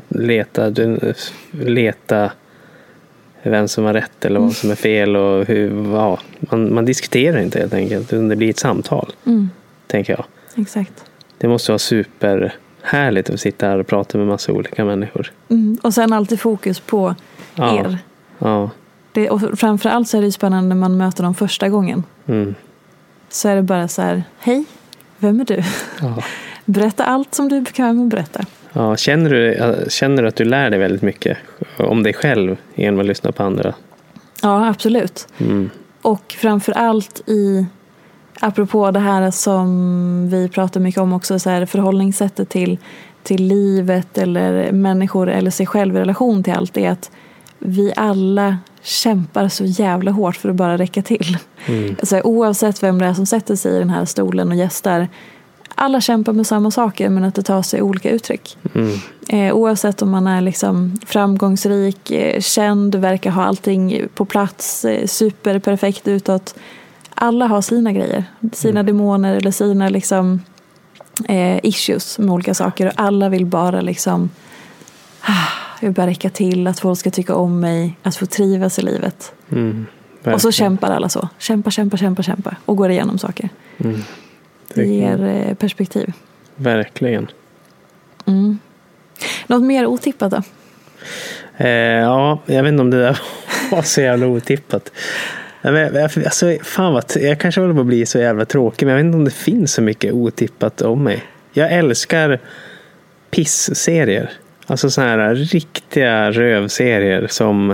leta vem som har rätt eller vad som är fel och hur, man diskuterar inte helt enkelt, utan det blir ett samtal, tänker jag. Exakt. Det måste vara super härligt att sitta här och prata med massa olika människor. Och sen alltid fokus på er. Ja. Och framförallt så är det spännande när man möter dem första gången. Så är det bara så här, hej, vem är du? Ja. Berätta allt som du är bekväm att berätta. Ja, känner du att du lär dig väldigt mycket om dig själv genom att lyssna på andra? Ja, absolut. Och framförallt apropå det här som vi pratar mycket om också, så här förhållningssättet till livet eller människor eller sig själv i relation till allt, är att vi alla kämpar så jävla hårt för att bara räcka till. Alltså, oavsett vem det är som sätter sig i den här stolen och gästar, alla kämpar med samma saker men att det tar sig olika uttryck. Oavsett om man är liksom framgångsrik, känd, verkar ha allting på plats, superperfekt utåt. Alla har sina grejer, sina demoner eller sina liksom issues med olika saker, och alla vill bara liksom jag vill bara räcka till, att folk ska tycka om mig, att få trivas i livet. Och så kämpar alla så. Kämpa och går igenom saker. Det ger perspektiv. Verkligen. Något mer otippat då? Ja, jag vet inte om det där var så jävla otippat. Alltså, fan vad, jag kanske håller på att bli så jävla tråkig, men jag vet inte om det finns så mycket otippat om mig. Jag älskar piss-serier. Alltså såna här riktiga rövserier som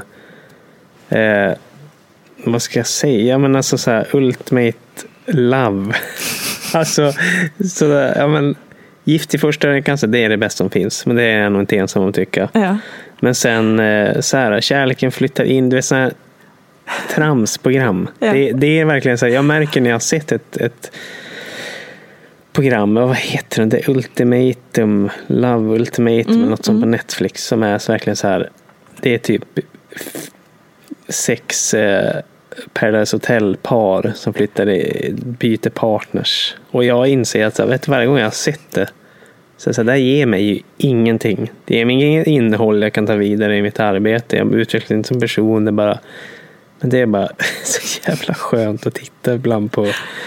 vad ska jag säga, men alltså så här Ultimate Love. Alltså så där, ja, men Gift i första ögonkastet, det är det bästa som finns, men det är jag nog inte ensam om att tycka. Ja. Men sen så här, kärleken flyttar in, du vet, så här tramsprogram. Ja. Det är verkligen så här, jag märker när jag har sett ett program, vad heter det? Ultimatum, Love Ultimatum eller något sånt på Netflix som är så verkligen så här, det är typ 6 Paradise Hotel-par som byter partners. Och jag inser att vet, varje gång jag har sett det så där ger mig ju ingenting. Det ger mig inget innehåll jag kan ta vidare i mitt arbete. Jag utvecklas inte som person. Men det är bara så jävla skönt att titta ibland på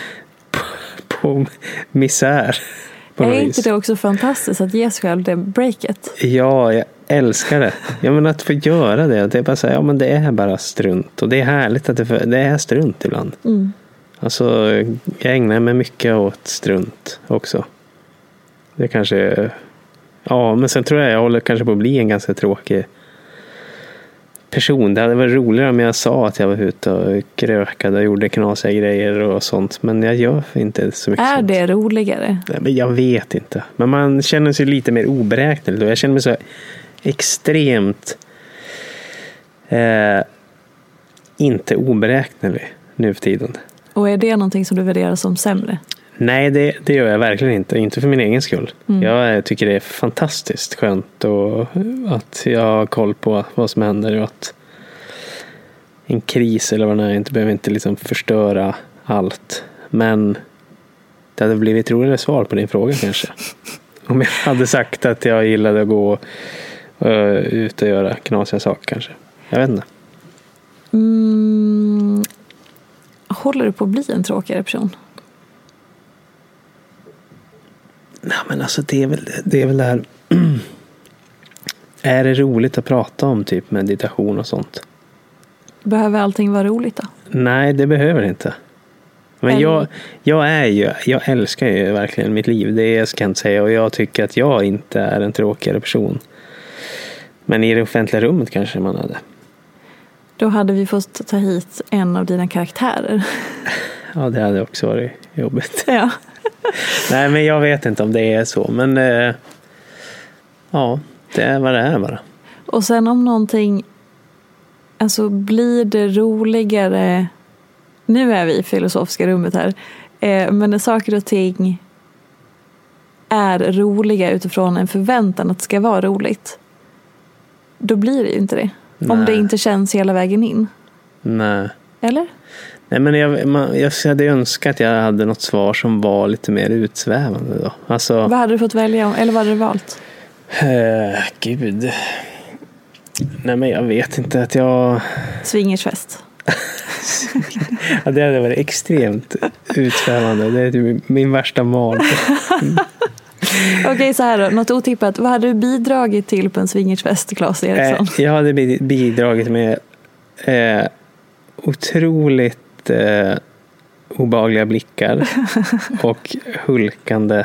misär. Är inte det också fantastiskt att ge sig själv det breaket? Ja, jag älskar det. Jag menar att få göra det är bara så här, ja men det är bara strunt. Och det är härligt att det är strunt ibland. Alltså, jag ägnar mig mycket åt strunt också. Det kanske... Ja, men sen tror jag håller kanske på att bli en ganska tråkig person. Det hade varit roligare om jag sa att jag var ute och krökade och gjorde knasiga grejer och sånt. Men jag gör inte så mycket sånt. Det roligare? Nej, men jag vet inte. Men man känner sig lite mer oberäknelig då. Jag känner mig så extremt inte oberäknelig nu för tiden. Och är det någonting som du värderar som sämre? Nej, det gör jag verkligen inte. Inte för min egen skull. Jag tycker det är fantastiskt skönt och att jag har koll på vad som händer och att en kris eller vad det är inte behöver inte liksom förstöra allt. Men det hade blivit roligare svar på din fråga kanske. Om jag hade sagt att jag gillade att gå ut och göra knasiga saker kanske. Jag vet inte. Håller du på att bli en tråkigare person? Nej, men alltså det är väl det här. Är det roligt att prata om typ meditation och sånt? Behöver allting vara roligt då? Nej, det behöver det inte. Men jag älskar ju verkligen mitt liv. Det ska jag inte säga. Och jag tycker att jag inte är en tråkigare person. Men i det offentliga rummet kanske man hade. Då hade vi fått ta hit en av dina karaktärer. Ja, det hade också varit jobbigt. Ja. Nej, men jag vet inte om det är så. Men ja, det är vad det är bara. Och sen om någonting, alltså blir det roligare, nu är vi i filosofiska rummet här, men när saker och ting är roliga utifrån en förväntan att det ska vara roligt, då blir det ju inte det. Nej. Om det inte känns hela vägen in. Nej. Eller? Nej, men jag hade önskat att jag hade något svar som var lite mer utsvävande då. Alltså, vad hade du fått välja om, eller vad hade du valt? Gud. Nej, men jag vet inte att jag... Swingersfest. Ja, det hade varit extremt utsvävande. Det är typ min värsta mal. Okej, så här då. Något otippat. Vad hade du bidragit till på en swingersfest, Claes Eriksson? Jag hade bidragit med otroligt obehagliga blickar och hulkande.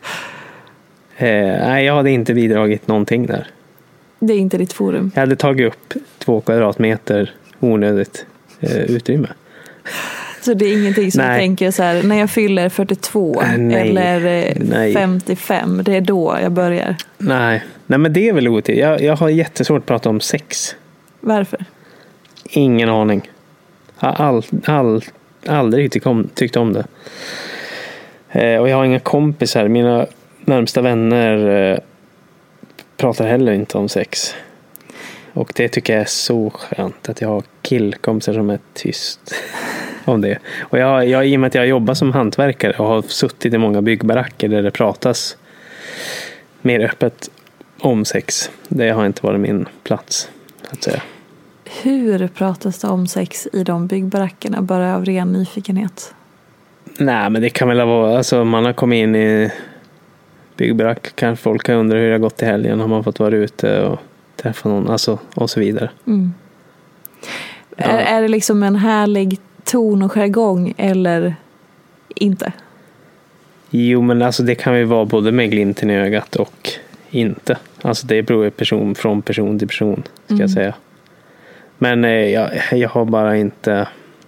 Nej, jag hade inte bidragit någonting där. Det är inte ditt forum. Jag hade tagit upp 2 kvadratmeter onödigt utrymme. Så det är ingenting som du tänker så här, när jag fyller 42 eller 55, det är då jag börjar? Nej, men det är väl otid. Jag har jättesvårt att prata om sex. Varför? Ingen aning. Jag har aldrig tyckt om det. Och jag har inga kompisar. Mina närmsta vänner pratar heller inte om sex. Och det tycker jag är så skönt, att jag har killkompisar som är tyst om det. Och jag i och med att jag jobbar som hantverkare och har suttit i många byggbaracker där det pratas mer öppet om sex. Det har inte varit min plats, att säga. Hur pratas det om sex i de byggbarackerna, bara av ren nyfikenhet? Nej, men det kan väl vara, alltså man har kommit in i byggbarack, kan folk undra hur det har gått i helgen, har man fått vara ute och träffa någon, alltså, och så vidare. Mm. Ja. Är det liksom en härlig ton och jargong eller inte? Jo, men alltså det kan ju vara både med glimten i ögat och inte. Alltså det beror från person till person, ska jag säga. Men jag har bara inte...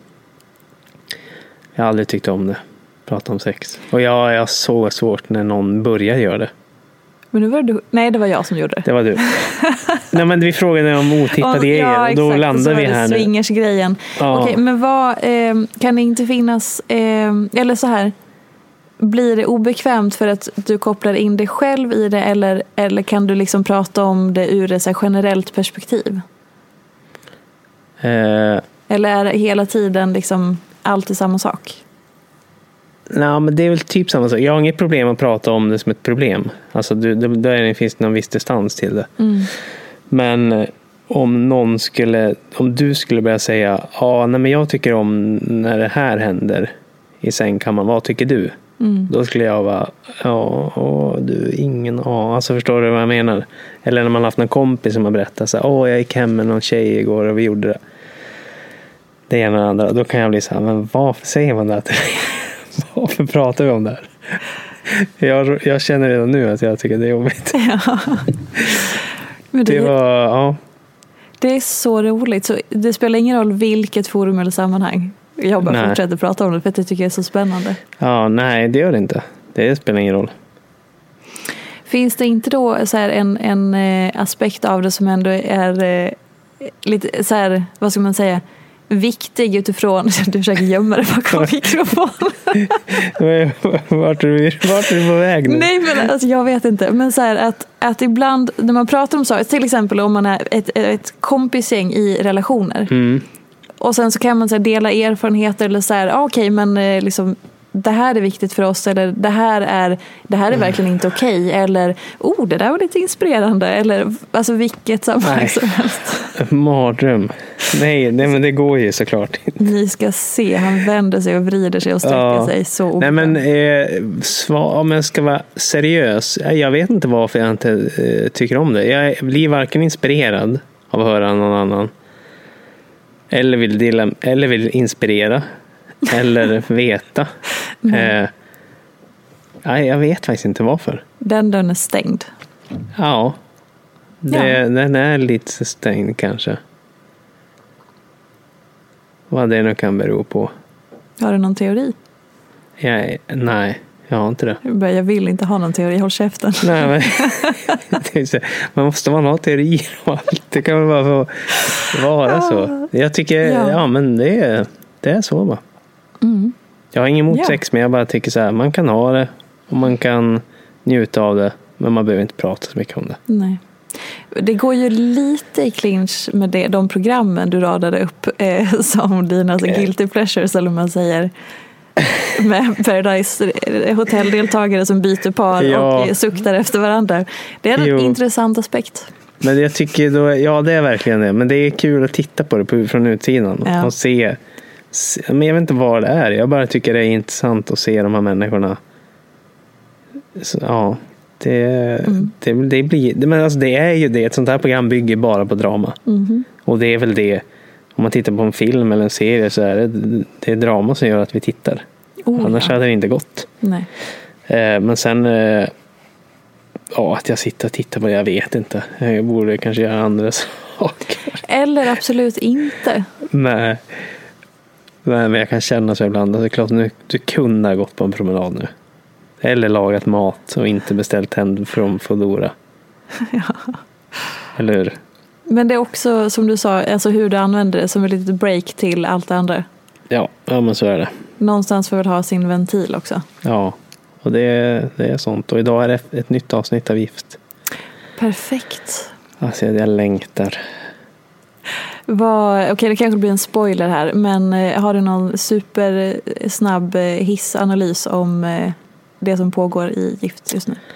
Jag har aldrig tyckt om det. Prata om sex. Och jag är så svårt när någon börjar göra det. Men nu var det du. Nej, det var jag som gjorde det. Det var du. Nej, men vi frågade om otippade grejer och då landar vi här nu. Swingers-grejen. Ja. Okej, men vad kan det inte finnas eller så här, blir det obekvämt för att du kopplar in dig själv i det eller kan du liksom prata om det ur ett så här generellt perspektiv? Eller är det hela tiden liksom alltid samma sak? Nej, men det är väl typ samma sak. Jag har inget problem att prata om det som ett problem. Alltså där finns någon viss distans till det. Men om du skulle börja säga nej, men jag tycker om när det här händer i sängkammaren, vad tycker du? Då skulle jag vara du, ingen alltså förstår du vad jag menar? Eller när man har haft en kompis som har berättat så här, jag gick hem med någon tjej igår och vi gjorde det. Det ena och andra. Då kan jag bli så här, men varför säger man det? Varför pratar vi om det här? Jag känner redan nu att jag tycker det är jobbigt. Ja. Men det var, det är så roligt. Så det spelar ingen roll vilket forum eller sammanhang. Jag bara fortsätter prata om det för att jag tycker det är så spännande. Ja, nej, det gör det inte. Det spelar ingen roll. Finns det inte då så här en aspekt av det som ändå är lite så här, vad ska man säga, viktig utifrån, du försöker gömma det bakom mikrofonen. Vart är du på väg nu? Nej, men alltså, jag vet inte. Men så här att ibland när man pratar om saker, till exempel om man är ett kompisgäng i relationer. Och sen så kan man så här, dela erfarenheter eller så här, okej, men liksom det här är viktigt för oss, eller det här är verkligen inte okej, eller det där var lite inspirerande, eller alltså vilket sammanhang som helst. Mardröm. Nej, men det går ju såklart inte. Ni ska se, han vänder sig och vrider sig och sträcker sig så obekvämt. Nej, men om jag ska vara seriös, jag vet inte varför jag inte tycker om det. Jag blir varken inspirerad av att höra någon annan eller vill inspirera eller veta. Nej, jag vet faktiskt inte varför. Den är stängd. Ja. Den är lite stängd kanske. Vad det nu kan bero på. Har du någon teori? Nej, jag har inte det. Jag vill inte ha någon teori, håll käften. Nej, men man måste ha teorier och allt. Det kan väl bara vara så. Jag tycker, men det är så va. Jag har ingen emot sex, men jag bara tycker så här, man kan ha det och man kan njuta av det, men man behöver inte prata så mycket om det. Nej. Det går ju lite i clinch med de programmen du radade upp som dina guilty pleasures, eller man säger, med Paradise hotelldeltagare som byter par och suktar efter varandra. Det är en intressant aspekt. Men jag tycker det är verkligen det. Men det är kul att titta på det från utsidan och se. Men jag vet inte vad det är. Jag bara tycker det är intressant att se de här människorna. Så, det blir, men alltså det är ju det. Ett sånt här program bygger bara på drama. Och det är väl det. Om man tittar på en film eller en serie så är det är drama som gör att vi tittar. Annars hade det inte gått. Nej. Men sen att jag sitter och tittar på det, jag vet inte. Jag borde kanske göra andra saker. Eller absolut inte. Nej. Men jag kan känna så ibland att det är klart du kunde ha gått på en promenad nu. Eller lagat mat och inte beställt hem från Foodora. Ja. Eller hur? Men det är också, som du sa, alltså hur du använder det som ett litet break till allt det andra. Ja, men så är det. Någonstans får väl ha sin ventil också. Ja, och det är sånt. Och idag är det ett nytt avsnitt av Gift. Perfekt. Alltså jag längtar. Okej, det kanske blir en spoiler här, men har du någon supersnabb hissanalys om det som pågår i Gift just nu?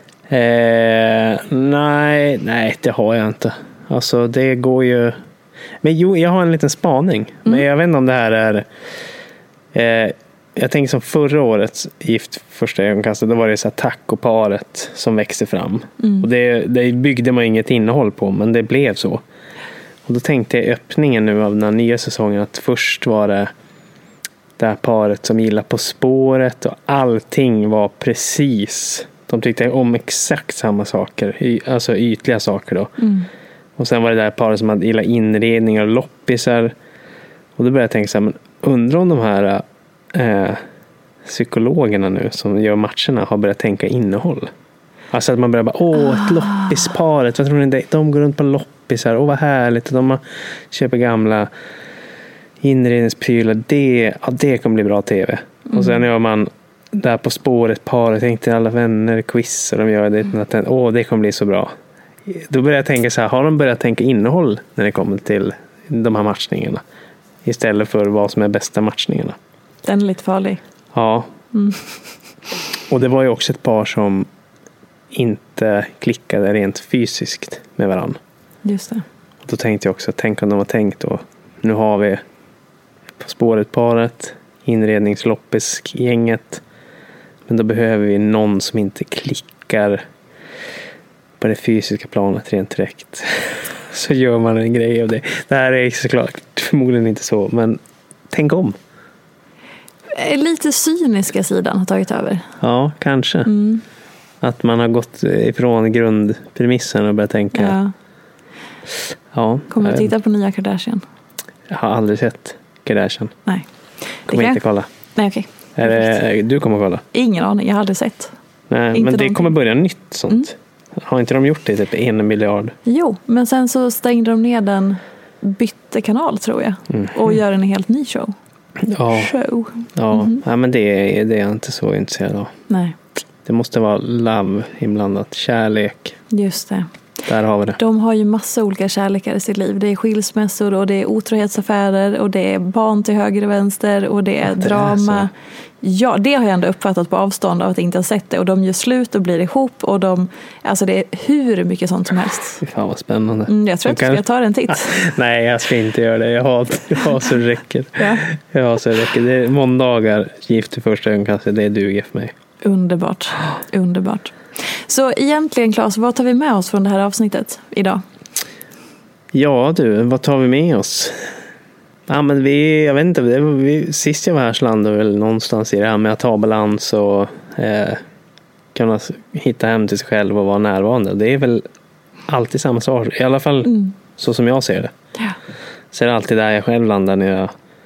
Nej, det har jag inte. Alltså det går ju. Men jag har en liten spaning. Men jag vet inte om det här är jag tänker som förra årets Gift första ögonkastet, då var det så här tacoparet som växte fram. Och det byggde man inget innehåll på, men det blev så. Och då tänkte jag i öppningen nu av den här nya säsongen att först var det här paret som gillar På spåret och allting var precis. De tyckte om exakt samma saker, alltså ytliga saker då. Och sen var det där paret som hade gillat inredningar och loppisar. Och då började jag tänka så här, men undrar om de här psykologerna nu som gör matcherna har börjat tänka innehåll. Alltså att man börjar bara, ett loppisparet, vad tror ni det? De går runt på loppisar, vad härligt. De köper gamla inredningsprylar. Det kommer bli bra tv. Och sen gör man där På spåret paret, tänkte alla vänner, quiz, och de gör det. Det kommer bli så bra. Då börjar jag tänka så här, har de börjat tänka innehåll när det kommer till de här matchningarna? Istället för vad som är bästa matchningarna. Den är lite farlig. Ja. Och det var ju också ett par som inte klickade rent fysiskt med varandra. Just det. Och då tänkte jag också, tänk om de har tänkt då. Nu har vi På spåret paret, inredningsloppis-gänget. Men då behöver vi någon som inte klickar på det fysiska planet rent direkt. Så gör man en grej av det. Det här är såklart förmodligen inte så, men tänk om. Lite cyniska sidan har tagit över. Ja, kanske. Att man har gått ifrån grundpremissen och börjat tänka. Ja. Kommer du titta på nya Kardashian? Jag har aldrig sett Kardashian. Nej. Kommer inte kolla. Nej, okej. Du kommer kolla? Ingen aning, jag har aldrig sett. Nej, men det någonting. Kommer börja nytt sånt. Har inte de gjort det typ 1 miljard? Jo, men sen så stängde de ner den, bytte kanal tror jag. Och gör en helt ny show. Ja, ja men det är jag inte så intresserad av. Nej. Det måste vara love inblandat, kärlek. Just det. Där har vi det. De har ju massa olika kärlekar i sitt liv. Det är skilsmässor och det är otrohetsaffärer och det är barn till höger och vänster och det är drama. Ja, det har jag ändå uppfattat på avstånd av att jag inte har sett det. Och de gör slut och blir ihop och alltså det är hur mycket sånt som helst. Fy fan vad spännande. Jag tror att du ska ta en titt. Nej, jag ska inte göra det. Jag har så det räcker. Ja. Jag har så det räcker. Det är måndagar, gift i första ögonkastet, det duger för mig. Underbart. Så egentligen, Claes, vad tar vi med oss från det här avsnittet idag? Ja du, vad tar vi med oss? Ja, men jag vet inte, sist jag var här så landade väl någonstans i det här med att ha balans och kunna hitta hem till sig själv och vara närvarande. Det är väl alltid samma sak, i alla fall så som jag ser det. Ja. Så är det alltid där jag själv landar när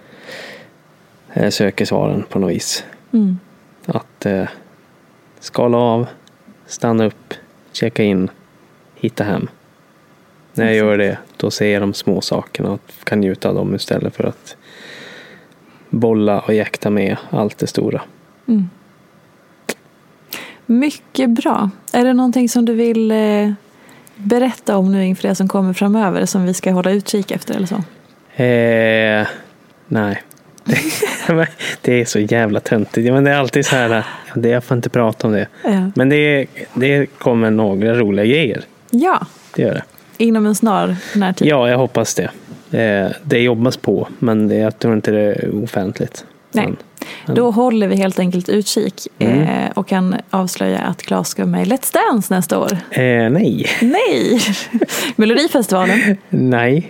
jag söker svaren på något vis. Att skala av, stanna upp, checka in, hitta hem. När jag gör det, då ser jag de små sakerna och kan njuta av dem istället för att bolla och jäkta med allt det stora. Mycket bra. Är det någonting som du vill berätta om nu inför det som kommer framöver som vi ska hålla utkik efter eller så? Nej. Det är så jävla töntigt. Men det är alltid så här, jag får inte prata om det. Ja. Men det kommer några roliga grejer. Ja. Det gör det. Inom en snar tid. Ja, jag hoppas det. Det jobbas på, men jag tror inte det är offentligt. Nej. Då håller vi helt enkelt utkik och kan avslöja att Claes ska med Let's Dance nästa år. Nej. Melodifestivalen? Nej.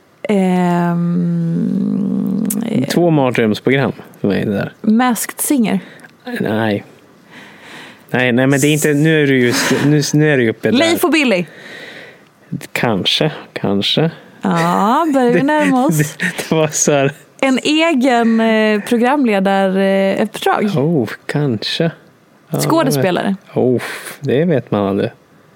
2 mardrömsprogram för mig det där. Masked Singer? Nej, men det är inte. Nu är du uppe där. Leif och Billy? Kanske. Ja, börjar vi närma oss. Det var så här. En egen programledaruppdrag? Kanske. Ja, skådespelare? Det vet man aldrig.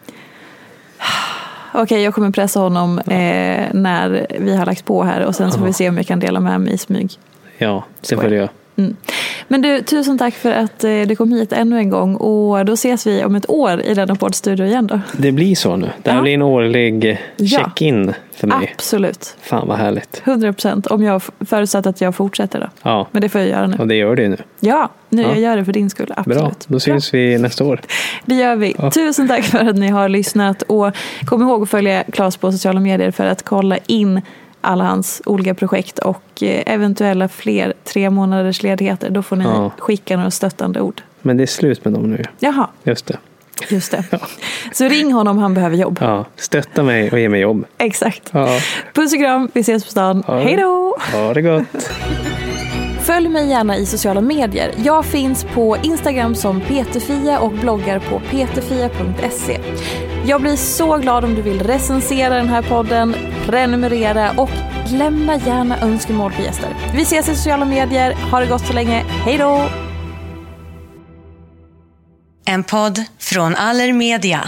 Okej, jag kommer pressa honom när vi har lagt på här och sen så får vi se om jag kan dela med mig i smyg. Ja, det får jag. Men du, tusen tack för att du kom hit ännu en gång och då ses vi om ett år i denna poddstudio igen då. Det blir så nu. Det här blir en årlig check-in för mig. Absolut. Fan vad härligt. 100%, om jag förutsatt att jag fortsätter då. Ja. Men det får jag göra nu. Och det gör du nu. Ja, jag gör det för din skull. Absolut. Bra, då syns vi nästa år. Det gör vi. Ja. Tusen tack för att ni har lyssnat och kom ihåg att följa Claes på sociala medier för att kolla in alla hans olika projekt och eventuella fler 3 månaders ledigheter. Då får ni skicka några stöttande ord. Men det är slut med dem nu. Jaha. Just det. Ja. Så ring honom, han behöver jobb. Ja, stötta mig och ge mig jobb. Exakt. Ja. Puss och kram, vi ses på stan. Hej då! Ha det gott! Följ mig gärna i sociala medier. Jag finns på Instagram som Peterfia och bloggar på peterfia.se. Jag blir så glad om du vill recensera den här podden, prenumerera och lämna gärna önskemål på gäster. Vi ses i sociala medier. Ha det gott så länge. Hej då! En podd från Allermedia.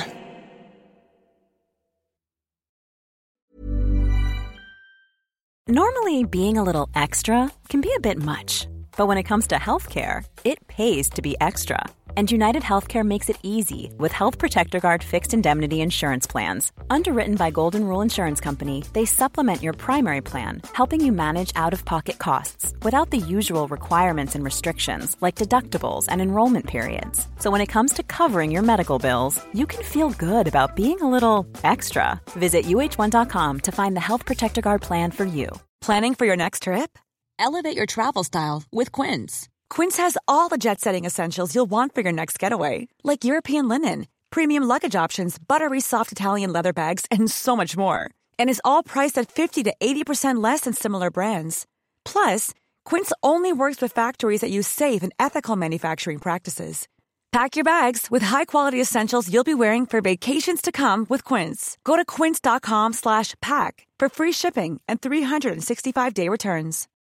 Normally, being a little extra can be a bit much, but when it comes to healthcare, it pays to be extra. And United Healthcare makes it easy with Health Protector Guard fixed indemnity insurance plans. Underwritten by Golden Rule Insurance Company, they supplement your primary plan, helping you manage out-of-pocket costs without the usual requirements and restrictions like deductibles and enrollment periods. So when it comes to covering your medical bills, you can feel good about being a little extra. Visit uh1.com to find the Health Protector Guard plan for you. Planning for your next trip? Elevate your travel style with Quince. Quince has all the jet-setting essentials you'll want for your next getaway, like European linen, premium luggage options, buttery soft Italian leather bags, and so much more. And is all priced at 50 to 80% less than similar brands. Plus, Quince only works with factories that use safe and ethical manufacturing practices. Pack your bags with high-quality essentials you'll be wearing for vacations to come with Quince. Go to quince.com/pack for free shipping and 365-day returns.